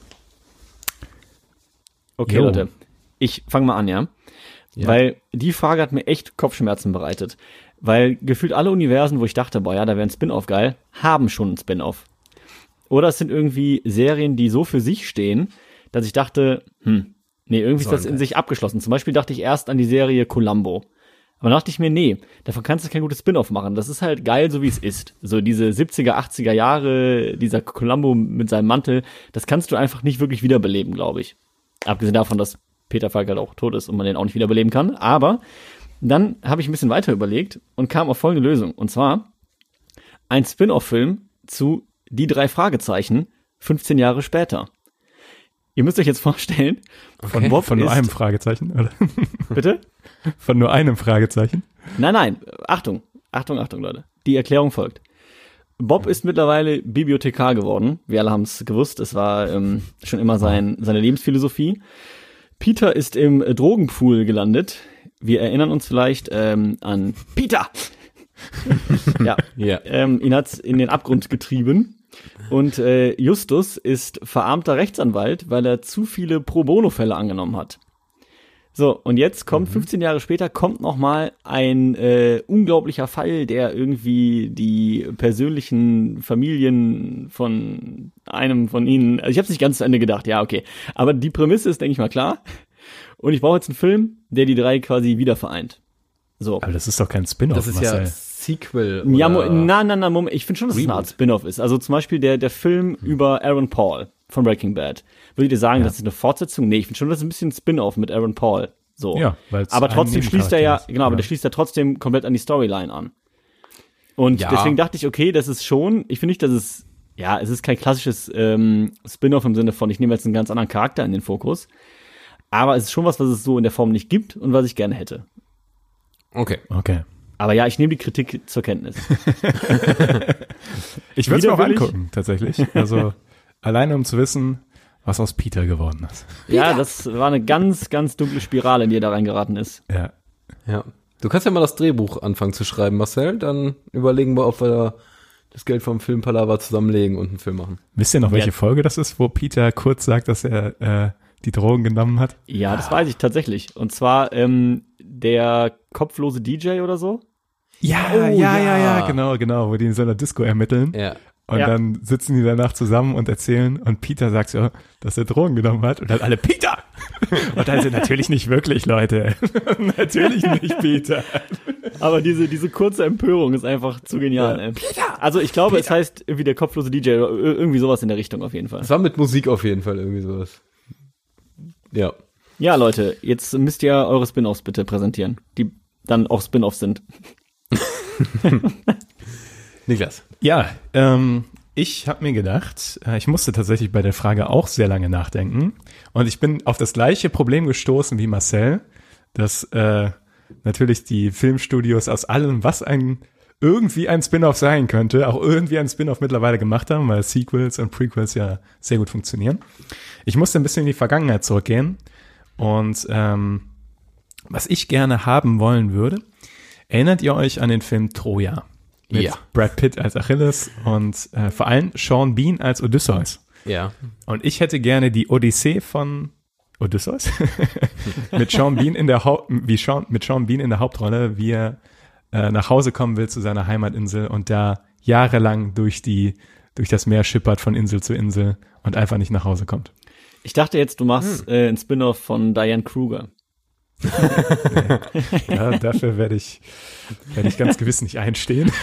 Okay, Jo. Leute, ich fange mal an, ja? Weil die Frage hat mir echt Kopfschmerzen bereitet. Weil gefühlt alle Universen, wo ich dachte, boah, ja, da wäre ein Spin-off geil, haben schon ein Spin-off. Oder es sind irgendwie Serien, die so für sich stehen, dass ich dachte, nee, irgendwie ist das in sich abgeschlossen. Zum Beispiel dachte ich erst an die Serie Columbo. Aber dann dachte ich mir, nee, davon kannst du kein gutes Spin-off machen. Das ist halt geil, so wie es ist. So diese 70er, 80er Jahre, dieser Columbo mit seinem Mantel, das kannst du einfach nicht wirklich wiederbeleben, glaube ich. Abgesehen davon, dass Peter Falk halt auch tot ist und man den auch nicht wiederbeleben kann. Aber dann habe ich ein bisschen weiter überlegt und kam auf folgende Lösung. Und zwar ein Spin-off-Film zu Die 3 Fragezeichen 15 Jahre später. Ihr müsst euch jetzt vorstellen, von Bob Von nur ist, einem Fragezeichen, oder? bitte? Von nur einem Fragezeichen? Nein, Achtung, Leute. Die Erklärung folgt. Bob ist mittlerweile Bibliothekar geworden. Wir alle haben es gewusst. Es war schon immer seine Lebensphilosophie. Peter ist im Drogenpool gelandet. Wir erinnern uns vielleicht an Peter. Ja. Ihn hat's in den Abgrund getrieben. Und Justus ist verarmter Rechtsanwalt, weil er zu viele Pro-Bono-Fälle angenommen hat. So, und jetzt kommt, 15 Jahre später, kommt noch mal ein unglaublicher Fall, der irgendwie die persönlichen Familien von einem von ihnen, also ich habe es nicht ganz zu Ende gedacht, ja, okay. Aber die Prämisse ist, denke ich mal, klar. Und ich brauche jetzt einen Film, der die 3 quasi wieder vereint. So. Aber das ist doch kein Spin-off, Das ist Marcel. ja Sequel. Ja, oder Moment. Ich finde schon, dass es eine Art Spin-off ist. Also zum Beispiel der Film über Aaron Paul von Breaking Bad. Würdet ihr sagen, das ist eine Fortsetzung? Nee, ich finde schon, das ist ein bisschen Spin-off mit Aaron Paul. So. Ja, weil's aber trotzdem ein schließt er ja, Nebencharakter ist. genau, aber Ja. der schließt ja trotzdem komplett an die Storyline an. Und Ja. deswegen dachte ich, okay, das ist schon, ich finde nicht, dass es, ja, es ist kein klassisches Spin-off im Sinne von, ich nehme jetzt einen ganz anderen Charakter in den Fokus. Aber es ist schon was es so in der Form nicht gibt und was ich gerne hätte. Okay. Okay. Aber ja, ich nehme die Kritik zur Kenntnis. Ich würde es mir auch Widerwillig? angucken, tatsächlich. Also alleine um zu wissen, was aus Peter geworden ist. Ja, das war eine ganz, ganz dunkle Spirale, in die er da reingeraten ist. Ja. Ja. Du kannst ja mal das Drehbuch anfangen zu schreiben, Marcel. Dann überlegen wir, ob wir das Geld vom Film Palaver zusammenlegen und einen Film machen. Wisst ihr noch, welche Ja. Folge das ist, wo Peter kurz sagt, dass er die Drogen genommen hat? Ja, das weiß ich tatsächlich. Und zwar der kopflose DJ oder so? Ja, genau, wo die in so einer Disco ermitteln. Ja. Und dann sitzen die danach zusammen und erzählen und Peter sagt so, dass er Drogen genommen hat und dann alle, Peter! Und dann sind natürlich nicht wirklich, Leute. Natürlich nicht, Peter. Aber diese kurze Empörung ist einfach zu genial. Ja. Ey. Peter! Also ich glaube, es heißt irgendwie der kopflose DJ oder irgendwie sowas in der Richtung auf jeden Fall. Es war mit Musik auf jeden Fall irgendwie sowas. Ja. Ja, Leute, jetzt müsst ihr eure Spin-Offs bitte präsentieren, die dann auch Spin-Offs sind. Niklas. Ja, ich habe mir gedacht, ich musste tatsächlich bei der Frage auch sehr lange nachdenken und ich bin auf das gleiche Problem gestoßen wie Marcel, dass natürlich die Filmstudios aus allem, was irgendwie ein Spin-off sein könnte, auch irgendwie ein Spin-off mittlerweile gemacht haben, weil Sequels und Prequels ja sehr gut funktionieren. Ich musste ein bisschen in die Vergangenheit zurückgehen und was ich gerne haben wollen würde, erinnert ihr euch an den Film Troja? Mit Brad Pitt als Achilles und vor allem Sean Bean als Odysseus. Ja. Und ich hätte gerne die Odyssee von Odysseus mit Sean Bean in der Hauptrolle, wie er nach Hause kommen will zu seiner Heimatinsel und da jahrelang durch das Meer schippert von Insel zu Insel und einfach nicht nach Hause kommt. Ich dachte jetzt, du machst ein Spin-off von Diane Kruger. Ja, dafür werde ich ganz gewiss nicht einstehen.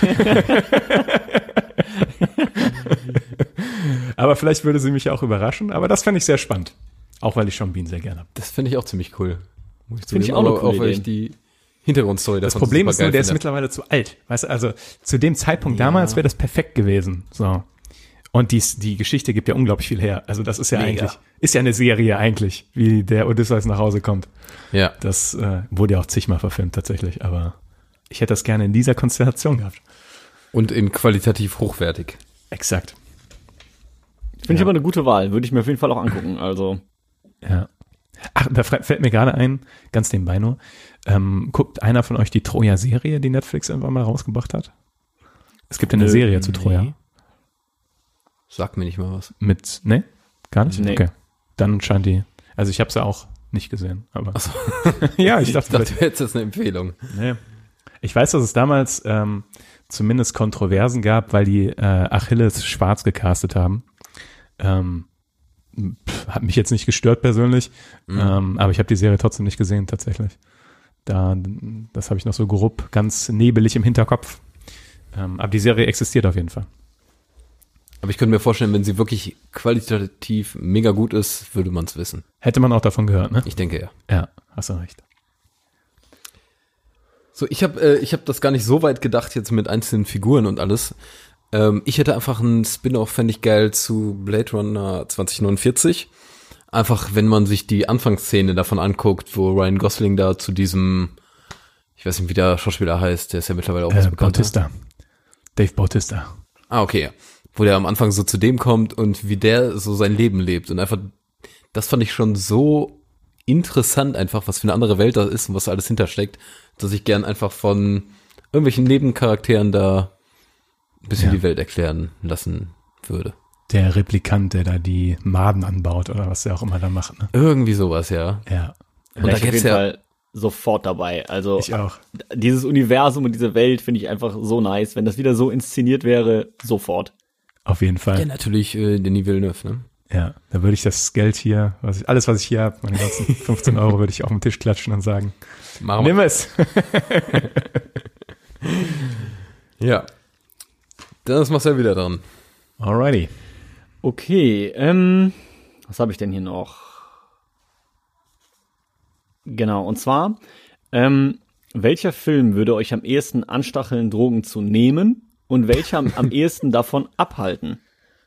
Aber vielleicht würde sie mich auch überraschen. Aber das fände ich sehr spannend. Auch weil ich Sean Bean sehr gerne habe. Das finde ich auch ziemlich cool. Finde ich auch eine coole weil ich die Hintergrundstory davon. Das Problem ist nur, der ist mittlerweile zu alt. Weißt du, also zu dem Zeitpunkt damals wäre das perfekt gewesen. So. Und die Geschichte gibt ja unglaublich viel her. Also das ist ja ist ja eine Serie eigentlich, wie der Odysseus nach Hause kommt. Ja. Das wurde ja auch zigmal verfilmt tatsächlich, aber ich hätte das gerne in dieser Konstellation gehabt. Und in qualitativ hochwertig. Exakt. Finde ich aber eine gute Wahl. Würde ich mir auf jeden Fall auch angucken. Also. Ja. Ach, da fällt mir gerade ein, ganz nebenbei nur, guckt einer von euch die Troja-Serie, die Netflix irgendwann mal rausgebracht hat? Es gibt ja eine Serie zu Troja. Sag mir nicht mal was. Ne? Gar nicht? Nee. Okay. Dann scheint die, also ich habe sie auch nicht gesehen, aber. Ach so. Ja, ich dachte, du hättest jetzt eine Empfehlung. Nee. Ich weiß, dass es damals zumindest Kontroversen gab, weil die Achilles schwarz gecastet haben. Hat mich jetzt nicht gestört persönlich, aber ich habe die Serie trotzdem nicht gesehen tatsächlich. Das habe ich noch so grob, ganz nebelig im Hinterkopf. Aber die Serie existiert auf jeden Fall. Aber ich könnte mir vorstellen, wenn sie wirklich qualitativ mega gut ist, würde man es wissen. Hätte man auch davon gehört, ne? Ich denke ja. Ja, hast du recht. So, ich hab das gar nicht so weit gedacht jetzt mit einzelnen Figuren und alles. Ich hätte einfach einen Spin-off, fände ich geil, zu Blade Runner 2049. Einfach, wenn man sich die Anfangsszene davon anguckt, wo Ryan Gosling da zu diesem, ich weiß nicht, wie der Schauspieler heißt, der ist ja mittlerweile auch was bekannt. Bautista. Dave Bautista. Ah, okay, ja. Wo der am Anfang so zu dem kommt und wie der so sein Leben lebt. Und einfach, das fand ich schon so interessant einfach, was für eine andere Welt da ist und was da alles hintersteckt, dass ich gern einfach von irgendwelchen Nebencharakteren da ein bisschen die Welt erklären lassen würde. Der Replikant, der da die Maden anbaut oder was der auch immer da macht, ne? Irgendwie sowas, ja. Ja. Und da gibt's auf jeden Fall sofort dabei. Also ich auch. Dieses Universum und diese Welt finde ich einfach so nice. Wenn das wieder so inszeniert wäre, sofort. Auf jeden Fall. Ja, natürlich Denis Villeneuve, ne? Ja, da würde ich das Geld hier, alles, was ich hier habe, meine ganzen 15 Euro, würde ich auf den Tisch klatschen und sagen, nimm es. Ja. Dann ist Marcel wieder dran. Alrighty. Okay, was habe ich denn hier noch? Genau, und zwar, welcher Film würde euch am ehesten anstacheln, Drogen zu nehmen und welcher am ehesten davon abhalten?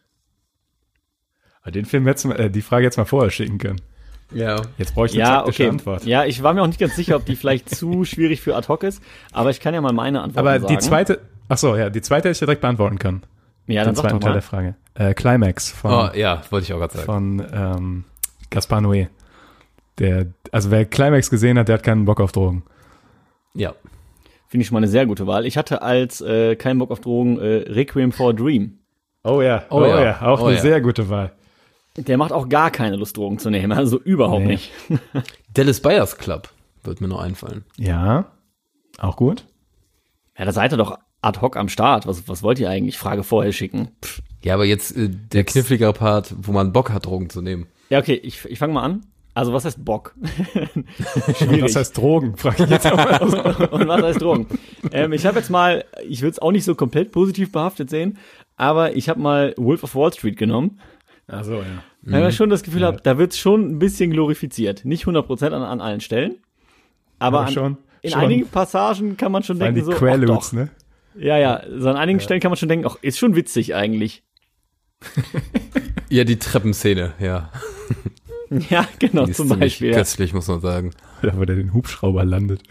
Den Film die Frage jetzt mal vorher schicken können. Ja. Jetzt brauche ich eine taktische Antwort. Ja, ich war mir auch nicht ganz sicher, ob die vielleicht zu schwierig für ad hoc ist, aber ich kann ja mal meine Antwort sagen. Aber die zweite hätte ich ja direkt beantworten können. Ja, dann sag doch mal. Teil der Frage. Climax von wollte ich auch gerade sagen. Von Gaspar Noé. Also wer Climax gesehen hat, der hat keinen Bock auf Drogen. Ja. Finde ich schon mal eine sehr gute Wahl. Ich hatte als keinen Bock auf Drogen Requiem for a Dream. Oh ja. Auch eine sehr gute Wahl. Der macht auch gar keine Lust, Drogen zu nehmen, also überhaupt nicht. Dallas Buyers Club. Wird mir noch einfallen. Ja, auch gut. Ja, da seid ihr doch ad hoc am Start. Was wollt ihr eigentlich? Frage vorher schicken. Pff. Ja, aber jetzt der knifflige Part, wo man Bock hat, Drogen zu nehmen. Ja, okay, ich fange mal an. Also, was heißt Bock? Und was heißt Drogen, frage ich jetzt auch mal. Und was heißt Drogen? Ich habe jetzt mal, ich will es auch nicht so komplett positiv behaftet sehen, aber ich habe mal Wolf of Wall Street genommen. Ach so, ja. Weil ich schon das Gefühl habe, da wird es schon ein bisschen glorifiziert. Nicht 100% an allen Stellen, aber in einigen Passagen kann man schon denken, die so, Quaaludes, doch. ne? Ja, so an einigen Stellen kann man schon denken, ach, ist schon witzig eigentlich. Ja, die Treppenszene, ja. Ja, genau, Die ist zum ziemlich Beispiel. Ja. köstlich, muss man sagen. Da, wo der den Hubschrauber landet.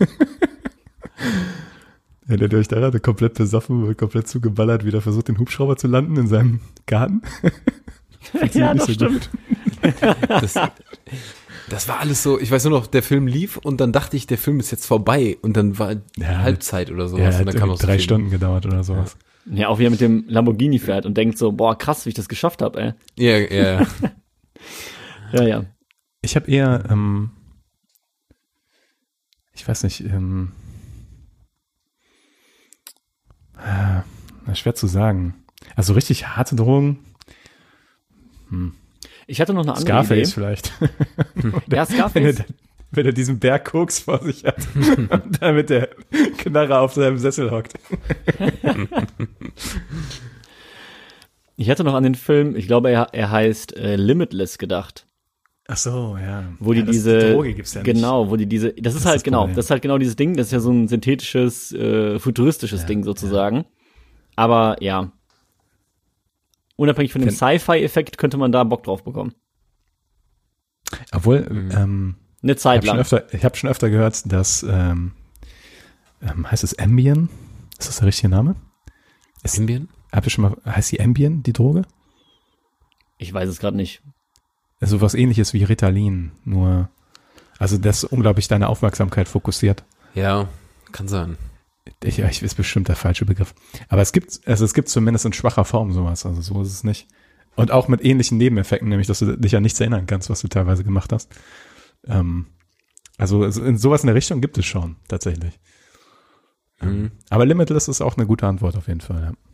Ja, der durch da komplett besoffen, wird komplett zugeballert, wieder versucht, den Hubschrauber zu landen in seinem Garten. Ja, das stimmt. Das war alles so, ich weiß nur noch, der Film lief und dann dachte ich, der Film ist jetzt vorbei und dann war Halbzeit oder sowas. Ja, und dann hat kam noch so 3 viel. Stunden gedauert oder sowas. Ja, auch wie er mit dem Lamborghini fährt und denkt so, boah, krass, wie ich das geschafft habe, ey. Ja. Ja. Ich habe eher, ich weiß nicht, schwer zu sagen. Also richtig harte Drogen. Ich hatte noch eine andere Scarface Idee. vielleicht. Ja, Scarface. Wenn er diesen Berg Koks vor sich hat und dann mit der Knarre auf seinem Sessel hockt. Ich hatte noch an den Film, ich glaube, er heißt Limitless gedacht. Ach so, ja. Wo die ja, diese, die Droge gibt's ja nicht. genau, wo die diese, das ist halt genau, Problem. das ist halt genau dieses Ding, das ist ja so ein synthetisches, futuristisches Ding sozusagen. Aber ja, unabhängig von dem Sci-Fi-Effekt könnte man da Bock drauf bekommen. Obwohl, Eine Zeit lang. ich habe schon öfter gehört, dass, heißt es Ambien? Ist das der richtige Name? Ambien? Habt ihr schon mal, heißt die Ambien, die Droge? Ich weiß es gerade nicht. Also was ähnliches wie Ritalin, nur, also das unglaublich deine Aufmerksamkeit fokussiert. Ja, kann sein. Ich ist bestimmt der falsche Begriff. Aber es gibt zumindest in schwacher Form sowas, also so ist es nicht. Und auch mit ähnlichen Nebeneffekten, nämlich, dass du dich an nichts erinnern kannst, was du teilweise gemacht hast. Also in sowas in der Richtung gibt es schon, tatsächlich. Aber Limitless ist auch eine gute Antwort auf jeden Fall, ja.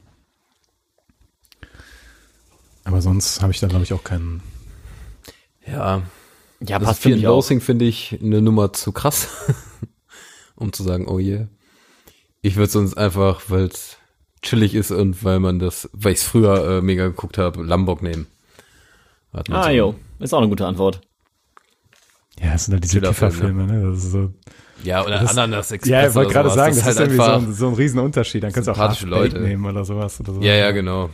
Aber sonst habe ich da, glaube ich, auch keinen. Ja, Ja, das passt Fear für and mich auch. Loathing finde ich eine Nummer zu krass, um zu sagen, oh yeah. Ich würde sonst einfach, weil es chillig ist und weil ich es früher mega geguckt habe, Lombok nehmen. Jo, ist auch eine gute Antwort. Ja, es sind halt diese Chiller-Filme, Kifferfilme, ne? Das ist so, Ja, oder Ananas Express. ja, ich wollte oder gerade sowas. sagen, das ist halt irgendwie einfach so ein Riesenunterschied. Dann kannst du auch sympathische Half-Baked Leute nehmen oder sowas. Oder so. Ja, genau.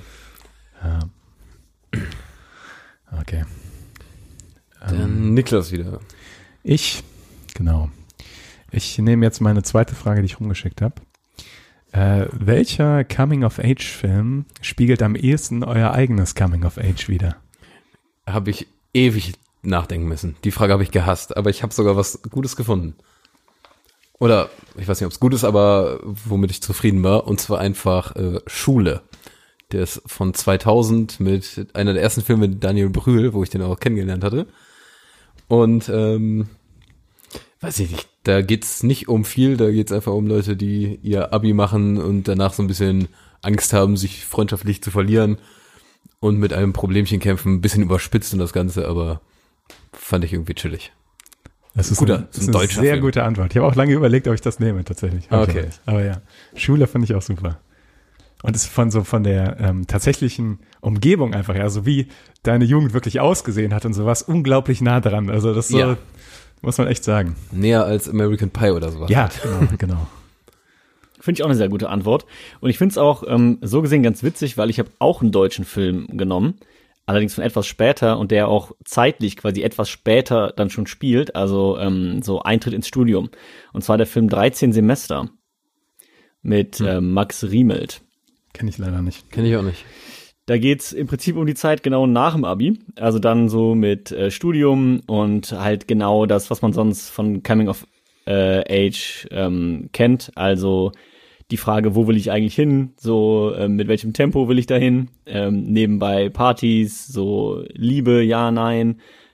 Okay. Dann Niklas wieder. Genau. Ich nehme jetzt meine zweite Frage, die ich rumgeschickt habe. Welcher Coming-of-Age-Film spiegelt am ehesten euer eigenes Coming-of-Age wider? Habe ich ewig nachdenken müssen. Die Frage habe ich gehasst, aber ich habe sogar was Gutes gefunden. Oder, ich weiß nicht, ob es gut ist, aber womit ich zufrieden war. Und zwar einfach Schule. Der ist von 2000 mit einer der ersten Filme mit Daniel Brühl, wo ich den auch kennengelernt hatte. Und, weiß ich nicht, da geht's nicht um viel, da geht's einfach um Leute, die ihr Abi machen und danach so ein bisschen Angst haben, sich freundschaftlich zu verlieren und mit einem Problemchen kämpfen. Ein bisschen überspitzt und das Ganze, aber fand ich irgendwie chillig. Das ist Guter, eine ist ein deutscher sehr Film. gute Antwort. Ich habe auch lange überlegt, ob ich das nehme, tatsächlich. Hab ich Okay. aber nicht. Aber ja, Schule fand ich auch super. Und es ist von der tatsächlichen Umgebung einfach, ja, so wie deine Jugend wirklich ausgesehen hat und sowas, unglaublich nah dran. Also das so, Ja. muss man echt sagen. Näher als American Pie oder sowas. Ja, genau. Finde ich auch eine sehr gute Antwort. Und ich finde es auch so gesehen ganz witzig, weil ich habe auch einen deutschen Film genommen, allerdings von etwas später und der auch zeitlich quasi etwas später dann schon spielt, also so Eintritt ins Studium. Und zwar der Film 13 Semester mit Max Riemelt. Kenne ich leider nicht. Kenne ich auch nicht. Da geht's im Prinzip um die Zeit genau nach dem Abi, also dann so mit Studium und halt genau das, was man sonst von Coming of Age kennt, also die Frage, wo will ich eigentlich hin, so mit welchem Tempo will ich dahin, nebenbei Partys, so Liebe, ja, nein,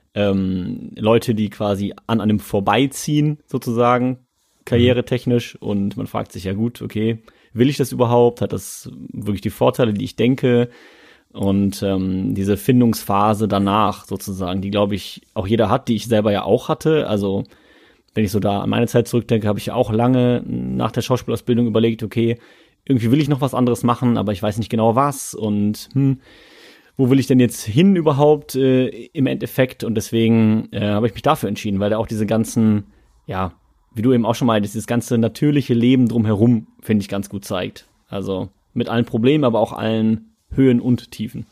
Leute, die quasi an einem vorbeiziehen, sozusagen, karrieretechnisch. Und man fragt sich ja gut, okay, will ich das überhaupt? Hat das wirklich die Vorteile, die ich denke? Und diese Findungsphase danach sozusagen, die, glaube ich, auch jeder hat, die ich selber ja auch hatte. Also wenn ich so da an meine Zeit zurückdenke, habe ich auch lange nach der Schauspielausbildung überlegt, okay, irgendwie will ich noch was anderes machen, aber ich weiß nicht genau was und wo will ich denn jetzt hin überhaupt im Endeffekt? Und deswegen habe ich mich dafür entschieden, weil da auch diese ganzen, ja, wie du eben auch schon meintest, dieses ganze natürliche Leben drumherum, finde ich, ganz gut zeigt. Also mit allen Problemen, aber auch allen Höhen und Tiefen.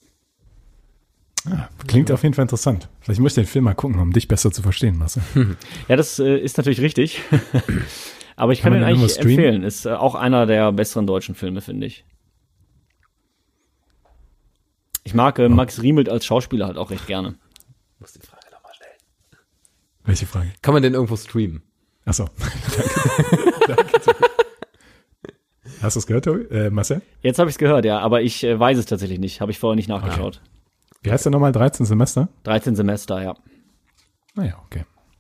Klingt auf jeden Fall interessant. Vielleicht muss ich den Film mal gucken, um dich besser zu verstehen, Marcel. Ja, das ist natürlich richtig. Aber ich kann ihn eigentlich empfehlen. Ist auch einer der besseren deutschen Filme, finde ich. Ich mag Max Riemelt als Schauspieler halt auch recht gerne. Ich muss die Frage nochmal stellen. Welche Frage? Kann man den irgendwo streamen? Achso. Danke. Hast du es gehört, Tobi? Marcel? Jetzt habe ich es gehört, ja, aber ich weiß es tatsächlich nicht. Habe ich vorher nicht nachgeschaut. Okay. Wie heißt der nochmal? 13 Semester? 13 Semester, ja. Naja, okay.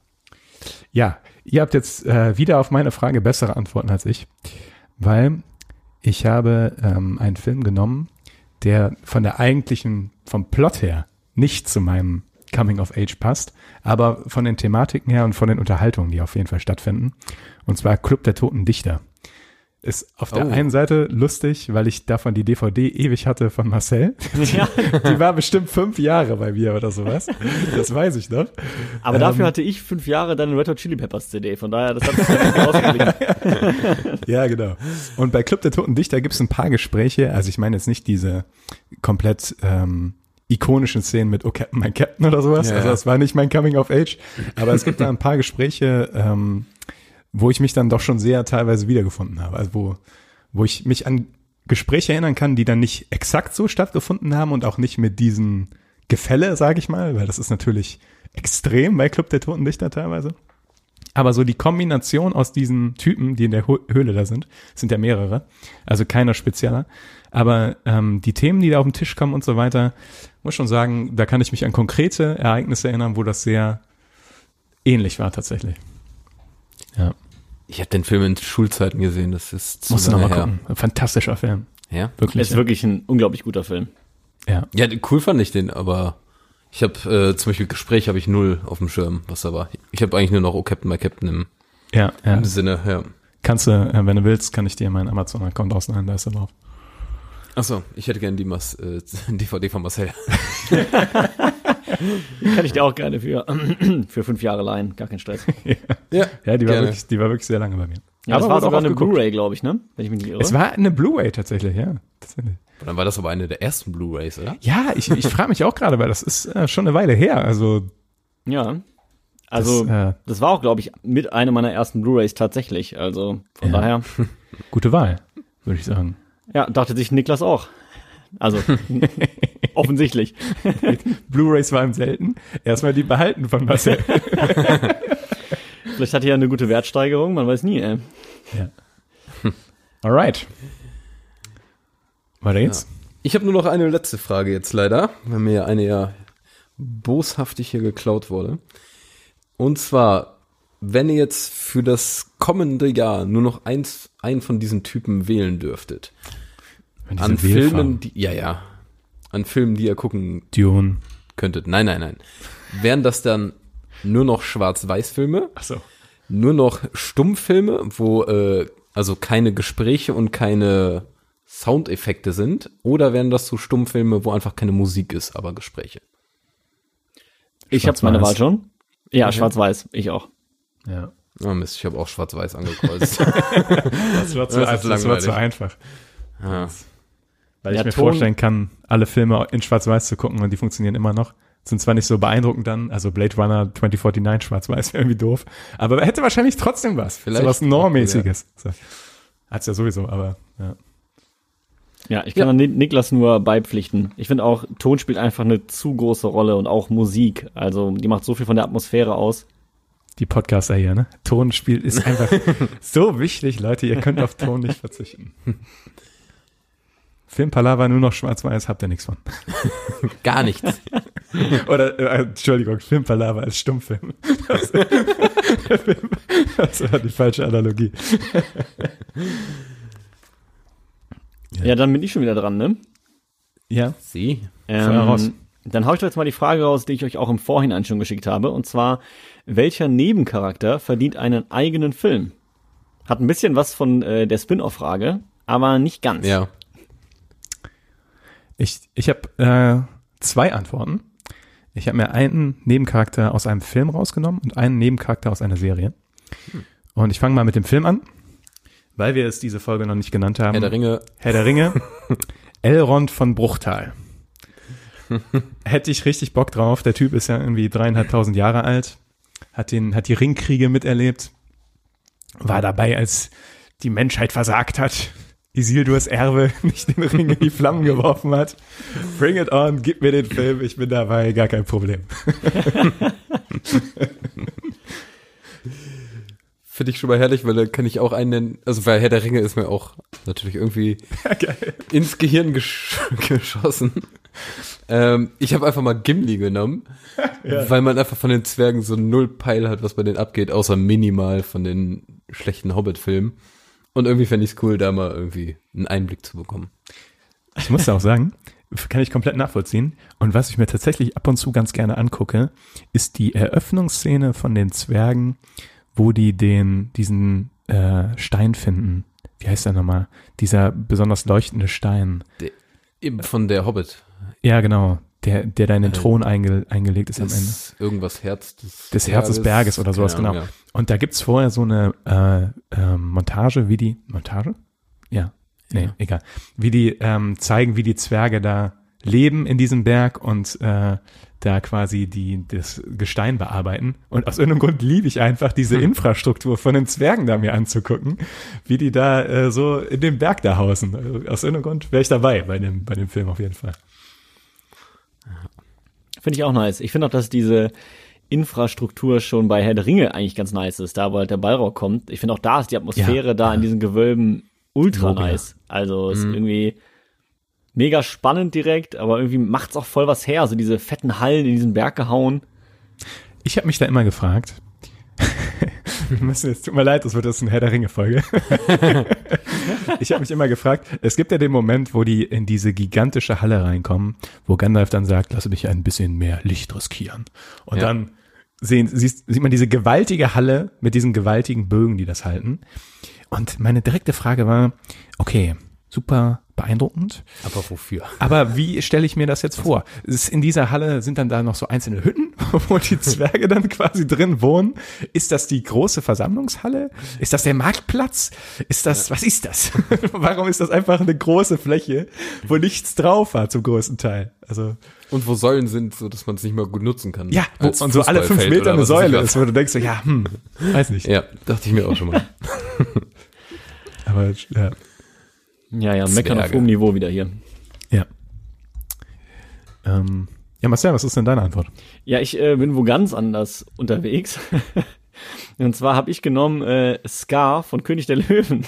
Ja, ihr habt jetzt wieder auf meine Frage bessere Antworten als ich, weil ich habe einen Film genommen, der von der eigentlichen, vom Plot her nicht zu meinem Coming of Age passt, aber von den Thematiken her und von den Unterhaltungen, die auf jeden Fall stattfinden. Und zwar Club der Toten Dichter. Ist auf der einen Seite lustig, weil ich davon die DVD ewig hatte von Marcel. Ja. Die war bestimmt 5 Jahre bei mir oder sowas. Das weiß ich noch. Aber dafür hatte ich 5 Jahre deine Red Hot Chili Peppers CD. Von daher, das hat sich nicht ausgeglichen. Ja, genau. Und bei Club der Toten Dichter gibt es ein paar Gespräche. Also ich meine jetzt nicht diese komplett ikonischen Szenen mit Oh Captain, mein Captain oder sowas. Ja. Also das war nicht mein Coming of Age. Aber es gibt da ein paar Gespräche, wo ich mich dann doch schon sehr teilweise wiedergefunden habe. Also wo ich mich an Gespräche erinnern kann, die dann nicht exakt so stattgefunden haben und auch nicht mit diesen Gefälle, sage ich mal, weil das ist natürlich extrem bei Club der Toten Dichter teilweise. Aber so die Kombination aus diesen Typen, die in der Höhle da sind ja mehrere, also keiner spezieller. Aber die Themen, die da auf den Tisch kommen und so weiter, muss schon sagen, da kann ich mich an konkrete Ereignisse erinnern, wo das sehr ähnlich war tatsächlich. Ja. Ich habe den Film in Schulzeiten gesehen, das ist musst du nochmal gucken. Ein fantastischer Film. Ja? Wirklich. Ist wirklich ein unglaublich guter Film. Ja. Ja, cool fand ich den, aber ich habe zum Beispiel Gespräch habe ich 0 auf dem Schirm, was da war. Ich habe eigentlich nur noch Oh Captain, my Captain im Sinne, ja. Kannst du, wenn du willst, kann ich dir meinen Amazon-Account ausleihen, da ist er drauf. Achso, ich hätte gerne die DVD von Marcel. Kann ich dir auch gerne für 5 Jahre leihen, gar kein Stress. Ja, die war wirklich sehr lange bei mir. Ja, das war sogar eine Blu-ray, glaube ich, ne? Wenn ich mich nicht irre. Es war eine Blu-ray tatsächlich, ja. Tatsächlich. Und dann war das aber eine der ersten Blu-rays, oder? Ja, ich frage mich auch gerade, weil das ist schon eine Weile her. Also ja, also das war auch, glaube ich, mit einer meiner ersten Blu-rays tatsächlich. Also von daher. Gute Wahl, würde ich sagen. Ja, dachte sich Niklas auch. Also offensichtlich. Blu-rays waren selten. Erstmal die behalten von Marcel. Vielleicht hat er ja eine gute Wertsteigerung, man weiß nie, ey. Ja. Alright. Weiter geht's. Ja. Ich habe nur noch eine letzte Frage jetzt leider, weil mir eine ja boshaftig hier geklaut wurde. Und zwar, wenn ihr jetzt für das kommende Jahr nur noch einen von diesen Typen wählen dürftet, an Filmen, an Filmen, die ihr gucken Dune könntet. Nein. Wären das dann nur noch Schwarz-Weiß-Filme? Ach so. Nur noch Stummfilme, wo also keine Gespräche und keine Soundeffekte sind? Oder wären das so Stummfilme, wo einfach keine Musik ist, aber Gespräche? Ich habe meine Wahl schon. Ja, Schwarz-Weiß, ich auch. Ja. Oh Mist, ich habe auch Schwarz-Weiß angekreuzt. Das war zu einfach. Ja. Weil ich mir vorstellen kann, alle Filme in Schwarz-Weiß zu gucken und die funktionieren immer noch. Sind zwar nicht so beeindruckend dann, also Blade Runner 2049 Schwarz-Weiß wäre irgendwie doof, aber hätte wahrscheinlich trotzdem was. Vielleicht. So was Normmäßiges. Ja. So. Hat's ja sowieso, aber ja. Ja, ich kann Niklas nur beipflichten. Ich finde auch, Ton spielt einfach eine zu große Rolle und auch Musik. Also die macht so viel von der Atmosphäre aus. Die Podcaster hier, ne? Ton spielt ist einfach so wichtig, Leute, ihr könnt auf Ton nicht verzichten. Filmpalava nur noch schwarz-weiß, habt ihr nichts von. Gar nichts. Oder, Entschuldigung, Filmpalava als Stummfilm. Das war die falsche Analogie. Ja, dann bin ich schon wieder dran, ne? Ja. Sie? Raus. Dann hau ich doch jetzt mal die Frage raus, die ich euch auch im Vorhinein schon geschickt habe. Und zwar, welcher Nebencharakter verdient einen eigenen Film? Hat ein bisschen was von der Spin-off-Frage, aber nicht ganz. Ja. Ich habe 2 Antworten. Ich habe mir einen Nebencharakter aus einem Film rausgenommen und einen Nebencharakter aus einer Serie. Und ich fange mal mit dem Film an, weil wir es diese Folge noch nicht genannt haben. Herr der Ringe. Elrond von Bruchtal. Hätte ich richtig Bock drauf. Der Typ ist ja irgendwie 3.500 Jahre alt, hat die Ringkriege miterlebt, war dabei, als die Menschheit versagt hat, Isildurs Erbe nicht den Ring in die Flammen geworfen hat. Bring it on, gib mir den Film, ich bin dabei, gar kein Problem. Finde ich schon mal herrlich, weil da kann ich auch einen nennen, also weil Herr der Ringe ist mir auch natürlich irgendwie ins Gehirn geschossen. Ich habe einfach mal Gimli genommen, weil man einfach von den Zwergen so null Peil hat, was bei denen abgeht, außer minimal von den schlechten Hobbit-Filmen. Und irgendwie fände ich es cool, da mal irgendwie einen Einblick zu bekommen. Ich muss auch sagen, kann ich komplett nachvollziehen. Und was ich mir tatsächlich ab und zu ganz gerne angucke, ist die Eröffnungsszene von den Zwergen, wo die diesen Stein finden. Wie heißt der nochmal? Dieser besonders leuchtende Stein. Eben von der Hobbit. Ja, genau. Der da in den Thron eingelegt ist am Ende. Irgendwas Herz des Herz des Berges oder sowas, genau. Ja. Und da gibt's vorher so eine Montage, wie die Montage? Ja. Nee, ja. Egal. Wie die zeigen, wie die Zwerge da leben in diesem Berg und da quasi das Gestein bearbeiten. Und aus irgendeinem Grund liebe ich einfach diese Infrastruktur von den Zwergen da mir anzugucken, wie die da so in dem Berg da hausen. Also aus irgendeinem Grund wäre ich dabei bei dem Film auf jeden Fall. Finde ich auch nice. Ich finde auch, dass diese Infrastruktur schon bei Herr der Ringe eigentlich ganz nice ist, da wo halt der Balrog kommt. Ich finde auch da ist die Atmosphäre da in diesen Gewölben ultra nice. Also ist irgendwie mega spannend direkt, aber irgendwie macht's auch voll was her. So diese fetten Hallen in diesen Berg gehauen. Ich habe mich da immer gefragt. Tut mir leid, das wird jetzt eine Herr der Ringe-Folge. Ich habe mich immer gefragt, es gibt ja den Moment, wo die in diese gigantische Halle reinkommen, wo Gandalf dann sagt, lass mich ein bisschen mehr Licht riskieren. Und dann sieht man diese gewaltige Halle mit diesen gewaltigen Bögen, die das halten. Und meine direkte Frage war, okay, super beeindruckend. Aber wofür? Aber wie stelle ich mir das jetzt vor? In dieser Halle sind dann da noch so einzelne Hütten, wo die Zwerge dann quasi drin wohnen. Ist das die große Versammlungshalle? Ist das der Marktplatz? Was ist das? Warum ist das einfach eine große Fläche, wo nichts drauf war zum größten Teil? Also. Und wo Säulen sind, so dass man es nicht mehr gut nutzen kann. Ja, und so alle 5 Meter eine Säule ist, wo du denkst so, ja, weiß nicht. Ja, dachte ich mir auch schon mal. Aber, ja. Ja, meckern auf hohem Niveau wieder hier. Ja. Ja, Marcel, was ist denn deine Antwort? Ja, ich bin wo ganz anders unterwegs. Und zwar habe ich genommen Scar von König der Löwen.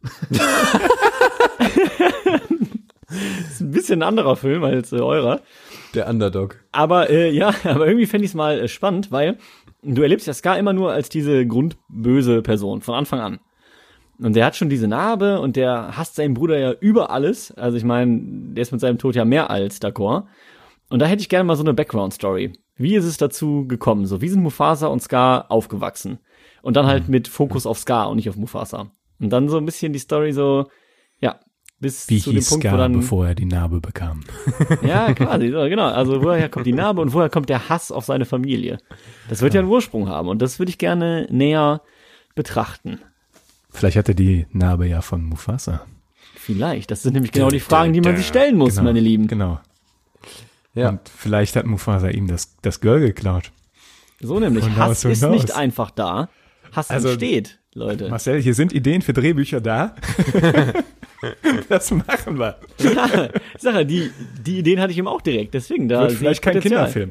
Ist ein bisschen ein anderer Film als eurer. Der Underdog. Aber irgendwie fände ich es mal spannend, weil du erlebst ja Scar immer nur als diese grundböse Person von Anfang an. Und der hat schon diese Narbe und der hasst seinen Bruder ja über alles. Also ich meine, der ist mit seinem Tod ja mehr als d'accord. Und da hätte ich gerne mal so eine Background-Story. Wie ist es dazu gekommen? So, wie sind Mufasa und Scar aufgewachsen? Und dann halt mit Fokus auf Scar und nicht auf Mufasa. Und dann so ein bisschen die Story so, ja, bis wie zu dem Punkt, Scar, wo dann, bevor er die Narbe bekam. Ja, quasi, so, genau. Also woher kommt die Narbe und woher kommt der Hass auf seine Familie? Das wird ja einen Ursprung haben und das würde ich gerne näher betrachten. Vielleicht hat er die Narbe ja von Mufasa. Vielleicht. Das sind nämlich genau die Fragen, die man sich stellen muss, genau, meine Lieben. Genau. Ja. Und vielleicht hat Mufasa ihm das Girl geklaut. So nämlich. Hass ist nicht einfach da. Hass entsteht, Leute. Marcel, hier sind Ideen für Drehbücher da. Das machen wir. Ja, ich sage ja, die Ideen hatte ich ihm auch direkt. Deswegen, da wird vielleicht kein Kinderfilm.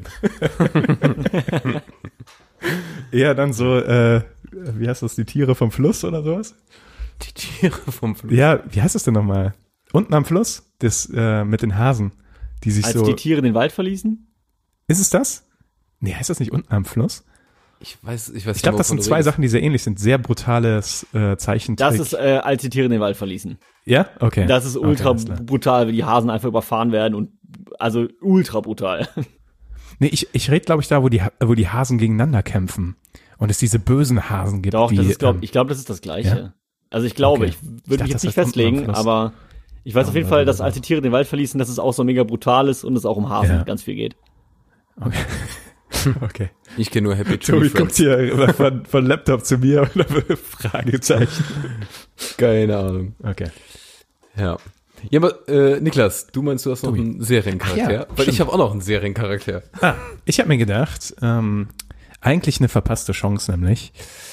Eher dann so, wie heißt das, die Tiere vom Fluss oder sowas? Die Tiere vom Fluss? Ja, wie heißt das denn nochmal? unten am Fluss, das mit den Hasen, die sich Als so... die Tiere den Wald verließen? Ist es das? Nee, heißt das nicht unten am Fluss? Ich weiß Ich glaube, das sind zwei Sachen, die sehr ähnlich sind. Sehr brutales Zeichentrick. Das ist, als die Tiere den Wald verließen. Ja? Okay. Das ist ultra alles klar. brutal, wie die Hasen einfach überfahren werden und also ultra brutal. Nee, ich rede, glaube ich, da, wo die Hasen gegeneinander kämpfen. Und es diese bösen Hasen gibt. Doch, die, das ist, ich glaube, das ist das Gleiche. Ja? Also ich glaube, Okay. ich würde mich das jetzt nicht heißt unten am festlegen, Fluss. aber ich weiß auf jeden Fall, dass als die Tiere den Wald verließen, dass es auch so mega brutal ist und es auch um Hasen Ja. ganz viel geht. Okay. Okay. Ich kenne nur Happy Tree Tobi guckt Friends. hier immer von Laptop zu mir und Fragezeichen. Keine Ahnung. Okay. Ja. Ja, aber Niklas, du meinst, du hast noch einen Seriencharakter? Ach ja, Weil ich stimmt. habe auch noch einen Seriencharakter. Ich habe mir gedacht, eigentlich eine verpasste Chance, nämlich.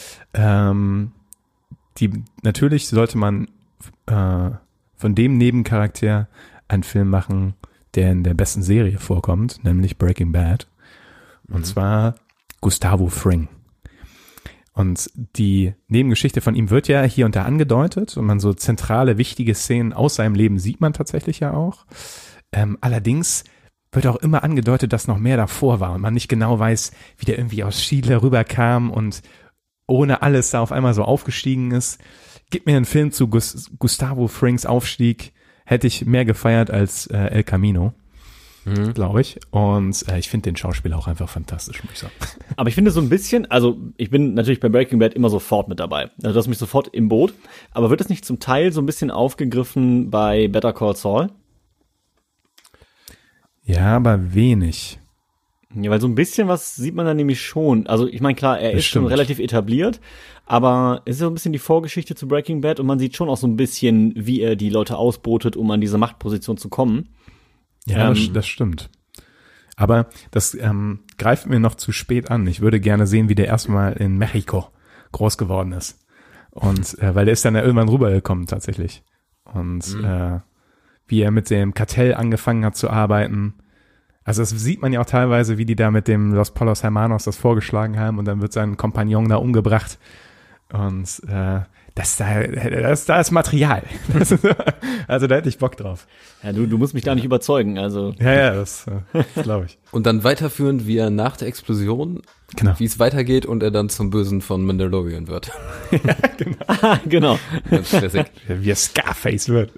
Natürlich sollte man von dem Nebencharakter einen Film machen, der in der besten Serie vorkommt, nämlich Breaking Bad. Und zwar Gustavo Fring. Und die Nebengeschichte von ihm wird ja hier und da angedeutet und man so zentrale, wichtige Szenen aus seinem Leben sieht man tatsächlich ja auch. Allerdings wird auch immer angedeutet, dass noch mehr davor war und man nicht genau weiß, wie der irgendwie aus Chile rüberkam und ohne alles da auf einmal so aufgestiegen ist. Gib mir einen Film zu Gustavo Frings Aufstieg, hätte ich mehr gefeiert als El Camino, glaube ich. Und ich finde den Schauspieler auch einfach fantastisch, muss ich sagen. Aber ich finde so ein bisschen, also ich bin natürlich bei Breaking Bad immer sofort mit dabei. Also du hast mich sofort im Boot. Aber wird das nicht zum Teil so ein bisschen aufgegriffen bei Better Call Saul? Ja, aber wenig. Ja, weil so ein bisschen was sieht man da nämlich schon. Also ich meine, klar, er Das ist schon stimmt. relativ etabliert, aber es ist so ein bisschen die Vorgeschichte zu Breaking Bad und man sieht schon auch so ein bisschen, wie er die Leute ausbotet, um an diese Machtposition zu kommen. Ja, das stimmt. Aber das greift mir noch zu spät an. Ich würde gerne sehen, wie der erstmal in Mexiko groß geworden ist. Und weil der ist dann ja irgendwann rübergekommen tatsächlich. Und wie er mit dem Kartell angefangen hat zu arbeiten. Also das sieht man ja auch teilweise, wie die da mit dem Los Polos Hermanos das vorgeschlagen haben und dann wird sein Kompagnon da umgebracht. Und da ist Material. Also da hätte ich Bock drauf. Ja, du musst mich da nicht überzeugen, also. Ja, das glaube ich. Und dann weiterführend, wie er nach der Explosion, Genau. wie es weitergeht und er dann zum Bösen von Mandalorian wird. Genau. Ganz stressig. Wie er Scarface wird.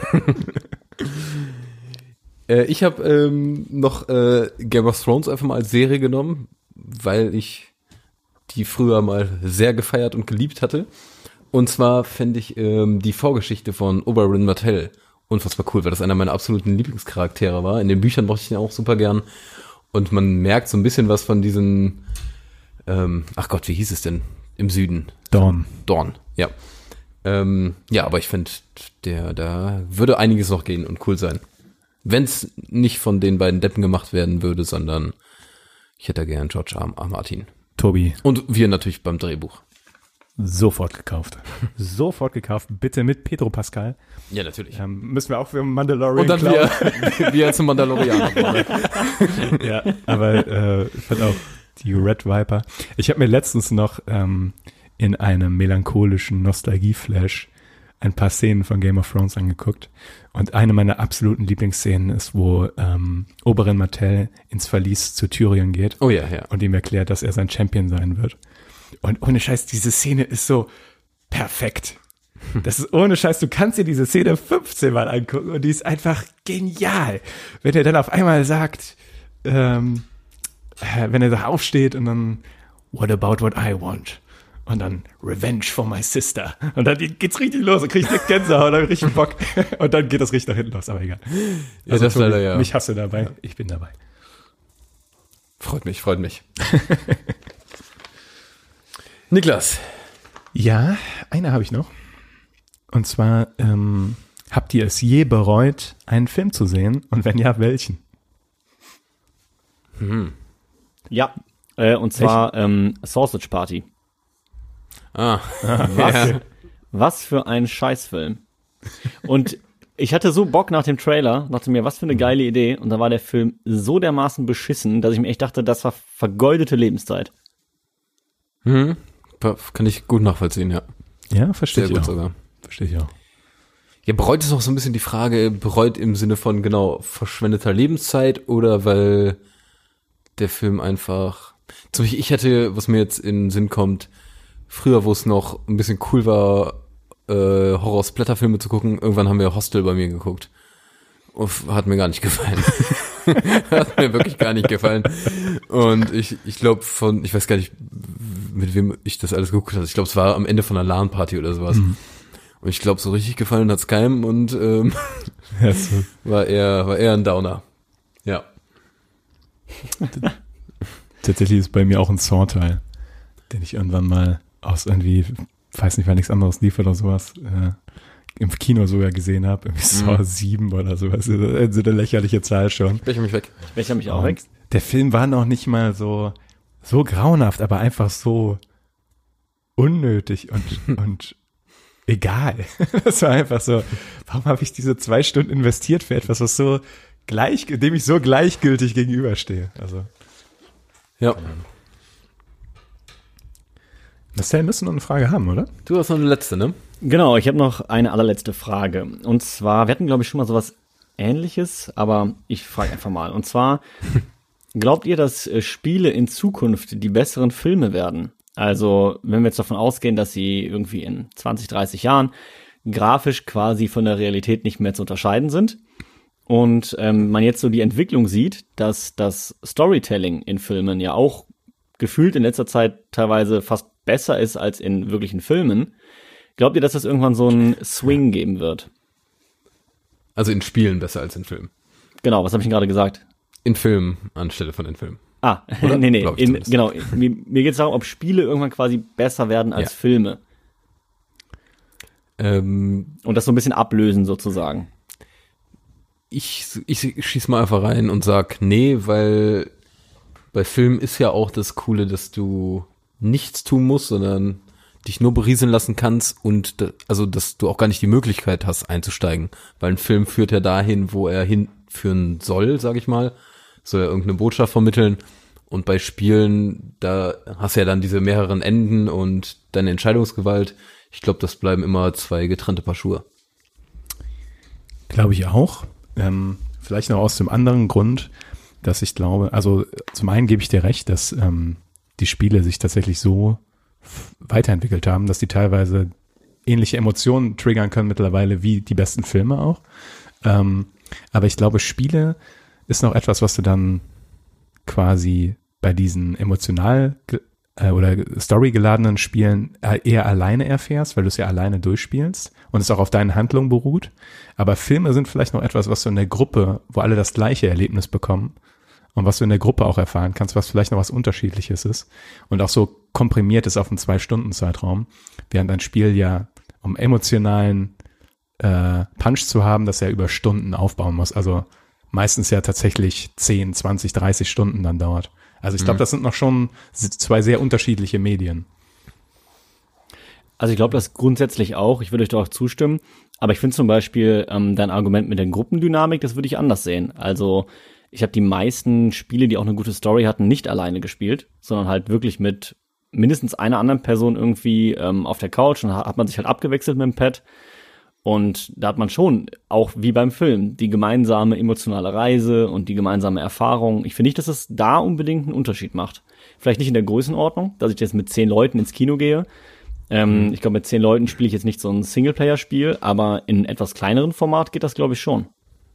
Ich habe noch Game of Thrones einfach mal als Serie genommen, weil ich die früher mal sehr gefeiert und geliebt hatte. Und zwar fände ich die Vorgeschichte von Oberyn Martell unfassbar cool, weil das einer meiner absoluten Lieblingscharaktere war. In den Büchern mochte ich ihn auch super gern. Und man merkt so ein bisschen was von diesen, ach Gott, wie hieß es denn? Im Süden. Dawn. Dorn, ja. Ja, aber ich finde, da würde einiges noch gehen und cool sein. Wenn es nicht von den beiden Deppen gemacht werden würde, sondern ich hätte gern George R. Martin. Tobi. Und wir natürlich beim Drehbuch. Sofort gekauft. Sofort gekauft. Bitte mit Pedro Pascal. Ja, natürlich. Müssen wir auch für Mandalorian Und dann klauen. wir zum Mandalorianer. Ja, aber ich fand auch die Red Viper. Ich habe mir letztens noch in einem melancholischen Nostalgie-Flash ein paar Szenen von Game of Thrones angeguckt. Und eine meiner absoluten Lieblingsszenen ist, wo Oberyn Martell ins Verlies zu Tyrion geht. Oh ja, ja. Und ihm erklärt, dass er sein Champion sein wird. Und ohne Scheiß, diese Szene ist so perfekt. Das ist ohne Scheiß, du kannst dir diese Szene 15 Mal angucken und die ist einfach genial. Wenn er dann auf einmal sagt, wenn er da aufsteht und dann, what about what I want? Und dann, revenge for my sister. Und dann geht's richtig los und kriegt eine Gänsehaut, dann richtig Bock. Und dann geht das richtig nach hinten los, aber egal. Ja, das Tobi, leider, ja. Mich hast du dabei, ich bin dabei. Freut mich. Niklas. Ja, eine habe ich noch. Und zwar, habt ihr es je bereut, einen Film zu sehen? Und wenn ja, welchen? Ja, und zwar Sausage Party. Was für ein Scheißfilm. Und ich hatte so Bock nach dem Trailer, dachte mir, was für eine geile Idee. Und da war der Film so dermaßen beschissen, dass ich mir echt dachte, das war vergeudete Lebenszeit. Kann ich gut nachvollziehen, ja. Ja, verstehe Sehr ich gut auch. sogar. Verstehe ich auch. Ja, bereut ist auch so ein bisschen die Frage, bereut im Sinne von, genau, verschwendeter Lebenszeit oder weil der Film einfach, zum Beispiel ich hätte, was mir jetzt in den Sinn kommt, früher, wo es noch ein bisschen cool war, Horror-Splatter-Filme zu gucken, irgendwann haben wir Hostel bei mir geguckt. Hat mir gar nicht gefallen. Hat mir wirklich gar nicht gefallen. Und ich glaube ich weiß gar nicht, mit wem ich das alles geguckt habe. Ich glaube, es war am Ende von einer LAN-Party oder sowas. Mhm. Und ich glaube, so richtig gefallen hat's keinem und ja, so. war eher ein Downer. Ja. Tatsächlich ist bei mir auch ein Saw-Teil, den ich irgendwann mal aus irgendwie, weiß nicht, weil nichts anderes lief oder sowas, im Kino sogar gesehen habe. Irgendwie Saw 7 oder sowas. So eine lächerliche Zahl schon. Ich becher mich weg. Ich becher mich auch weg. Der Film war noch nicht mal so grauenhaft, aber einfach so unnötig und egal. Das war einfach so, warum habe ich diese 2 Stunden investiert für etwas, was so dem ich so gleichgültig gegenüberstehe. Also. Ja. Marcel, müssen noch eine Frage haben, oder? Du hast noch eine letzte, ne? Genau, ich habe noch eine allerletzte Frage. Und zwar, wir hatten, glaube ich, schon mal sowas Ähnliches, aber ich frage einfach mal. Und zwar, glaubt ihr, dass Spiele in Zukunft die besseren Filme werden? Also, wenn wir jetzt davon ausgehen, dass sie irgendwie in 20, 30 Jahren grafisch quasi von der Realität nicht mehr zu unterscheiden sind und man jetzt so die Entwicklung sieht, dass das Storytelling in Filmen ja auch gefühlt in letzter Zeit teilweise fast besser ist als in wirklichen Filmen. Glaubt ihr, dass das irgendwann so einen Swing geben wird? Also in Spielen besser als in Filmen. Genau, was habe ich denn gerade gesagt? In Filmen anstelle von in Filmen. Ah, nee. Genau, mir geht es darum, ob Spiele irgendwann quasi besser werden als Filme. Und das so ein bisschen ablösen sozusagen. Ich schieß mal einfach rein und sag nee, weil bei Filmen ist ja auch das Coole, dass du nichts tun musst, sondern dich nur berieseln lassen kannst und dass du auch gar nicht die Möglichkeit hast einzusteigen, weil ein Film führt ja dahin, wo er hinführen soll, sag ich mal, soll er irgendeine Botschaft vermitteln und bei Spielen, da hast du ja dann diese mehreren Enden und deine Entscheidungsgewalt. Ich glaube, das bleiben immer 2 getrennte Paar Schuhe. Glaube ich auch. Vielleicht noch aus dem anderen Grund, dass ich glaube, also zum einen gebe ich dir recht, dass die Spiele sich tatsächlich so weiterentwickelt haben, dass die teilweise ähnliche Emotionen triggern können mittlerweile wie die besten Filme auch. Aber ich glaube, Spiele ist noch etwas, was du dann quasi bei diesen emotional oder storygeladenen Spielen eher alleine erfährst, weil du es ja alleine durchspielst und es auch auf deinen Handlungen beruht. Aber Filme sind vielleicht noch etwas, was du in der Gruppe, wo alle das gleiche Erlebnis bekommen und was du in der Gruppe auch erfahren kannst, was vielleicht noch was Unterschiedliches ist und auch so komprimiert ist auf einen 2-Stunden-Zeitraum, während ein Spiel ja, um emotionalen Punch zu haben, das er über Stunden aufbauen muss. Also meistens ja tatsächlich 10, 20, 30 Stunden dann dauert. Also ich glaube, das sind noch schon 2 sehr unterschiedliche Medien. Also ich glaube das grundsätzlich auch. Ich würde euch da auch zustimmen. Aber ich finde zum Beispiel dein Argument mit der Gruppendynamik, das würde ich anders sehen. Also ich habe die meisten Spiele, die auch eine gute Story hatten, nicht alleine gespielt, sondern halt wirklich mit mindestens einer anderen Person irgendwie auf der Couch und hat man sich halt abgewechselt mit dem Pad. Und da hat man schon, auch wie beim Film, die gemeinsame emotionale Reise und die gemeinsame Erfahrung. Ich finde nicht, dass es da unbedingt einen Unterschied macht. Vielleicht nicht in der Größenordnung, dass ich jetzt mit 10 Leuten ins Kino gehe. Ich glaube, mit 10 Leuten spiele ich jetzt nicht so ein Singleplayer-Spiel, aber in etwas kleineren Format geht das, glaube ich, schon.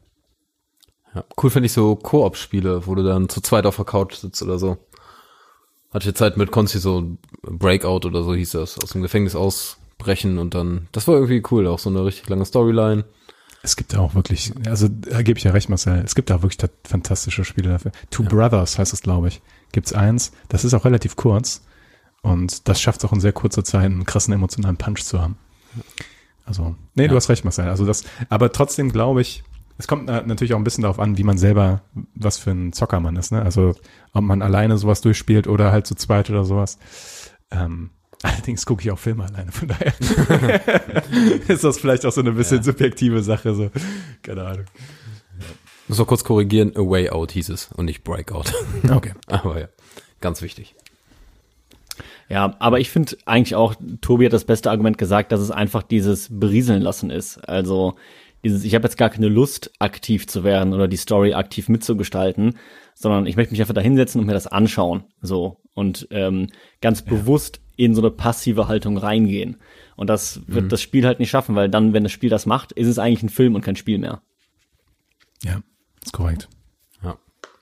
Ja, cool finde ich so Koop-Spiele, wo du dann zu zweit auf der Couch sitzt oder so. Hatte ich Zeit mit Konzi so Breakout oder so hieß das, aus dem Gefängnis ausbrechen und dann, das war irgendwie cool, auch so eine richtig lange Storyline. Es gibt auch wirklich, also da gebe ich ja recht, Marcel, es gibt auch wirklich fantastische Spiele dafür. Two Brothers heißt es, glaube ich. Gibt's eins, das ist auch relativ kurz und das schafft es auch in sehr kurzer Zeit, einen krassen emotionalen Punch zu haben. Also, nee, du hast recht, Marcel. Also das, aber trotzdem glaube ich, es kommt natürlich auch ein bisschen darauf an, wie man selber, was für ein Zocker man ist, ne? Also, ob man alleine sowas durchspielt oder halt zu zweit oder sowas. Allerdings gucke ich auch Filme alleine, von daher ist das vielleicht auch so eine bisschen subjektive Sache, so. Keine Ahnung. Muss noch kurz korrigieren, A Way Out hieß es und nicht Breakout. Okay. Aber ja, ganz wichtig. Ja, aber ich finde eigentlich auch, Tobi hat das beste Argument gesagt, dass es einfach dieses Berieseln lassen ist. Also ich habe jetzt gar keine Lust, aktiv zu werden oder die Story aktiv mitzugestalten, sondern ich möchte mich einfach da hinsetzen und mir das anschauen. So. Und ganz bewusst in so eine passive Haltung reingehen. Und das wird das Spiel halt nicht schaffen, weil dann, wenn das Spiel das macht, ist es eigentlich ein Film und kein Spiel mehr. Ja, ist korrekt. Ja.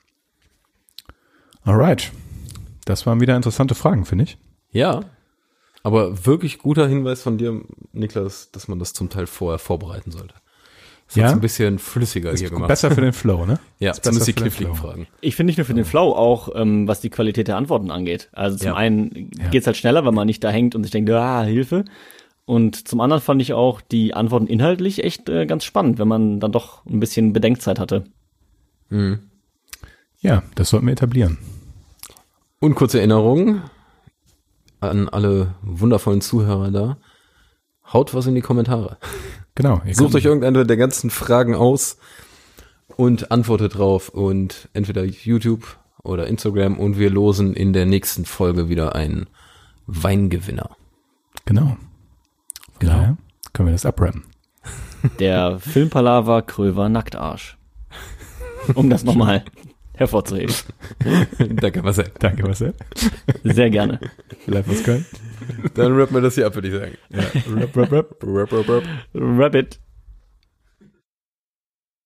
Alright. Das waren wieder interessante Fragen, finde ich. Ja, aber wirklich guter Hinweis von dir, Niklas, dass man das zum Teil vorher vorbereiten sollte. Das hat's ein bisschen flüssiger hier gemacht. Besser für den Flow, ne? Ja, zumindest die kniffligen Fragen. Ich finde nicht nur für den Flow, auch was die Qualität der Antworten angeht. Also zum einen geht's halt schneller, wenn man nicht da hängt und sich denkt, Hilfe. Und zum anderen fand ich auch die Antworten inhaltlich echt ganz spannend, wenn man dann doch ein bisschen Bedenkzeit hatte. Mhm. Ja, das sollten wir etablieren. Und kurze Erinnerung an alle wundervollen Zuhörer da. Haut was in die Kommentare. Genau. Sucht euch irgendeine der ganzen Fragen aus und antwortet drauf und entweder YouTube oder Instagram und wir losen in der nächsten Folge wieder einen Weingewinner. Genau. Daher können wir das abrappen. Der Filmpalaver Kröver Nacktarsch. Um das nochmal hervorzuheben. Danke, Marcel. Danke, Marcel. Sehr gerne. Live aus Köln. Dann rappen wir das hier ab, würde ich sagen. Ja. Rap. Rabbit.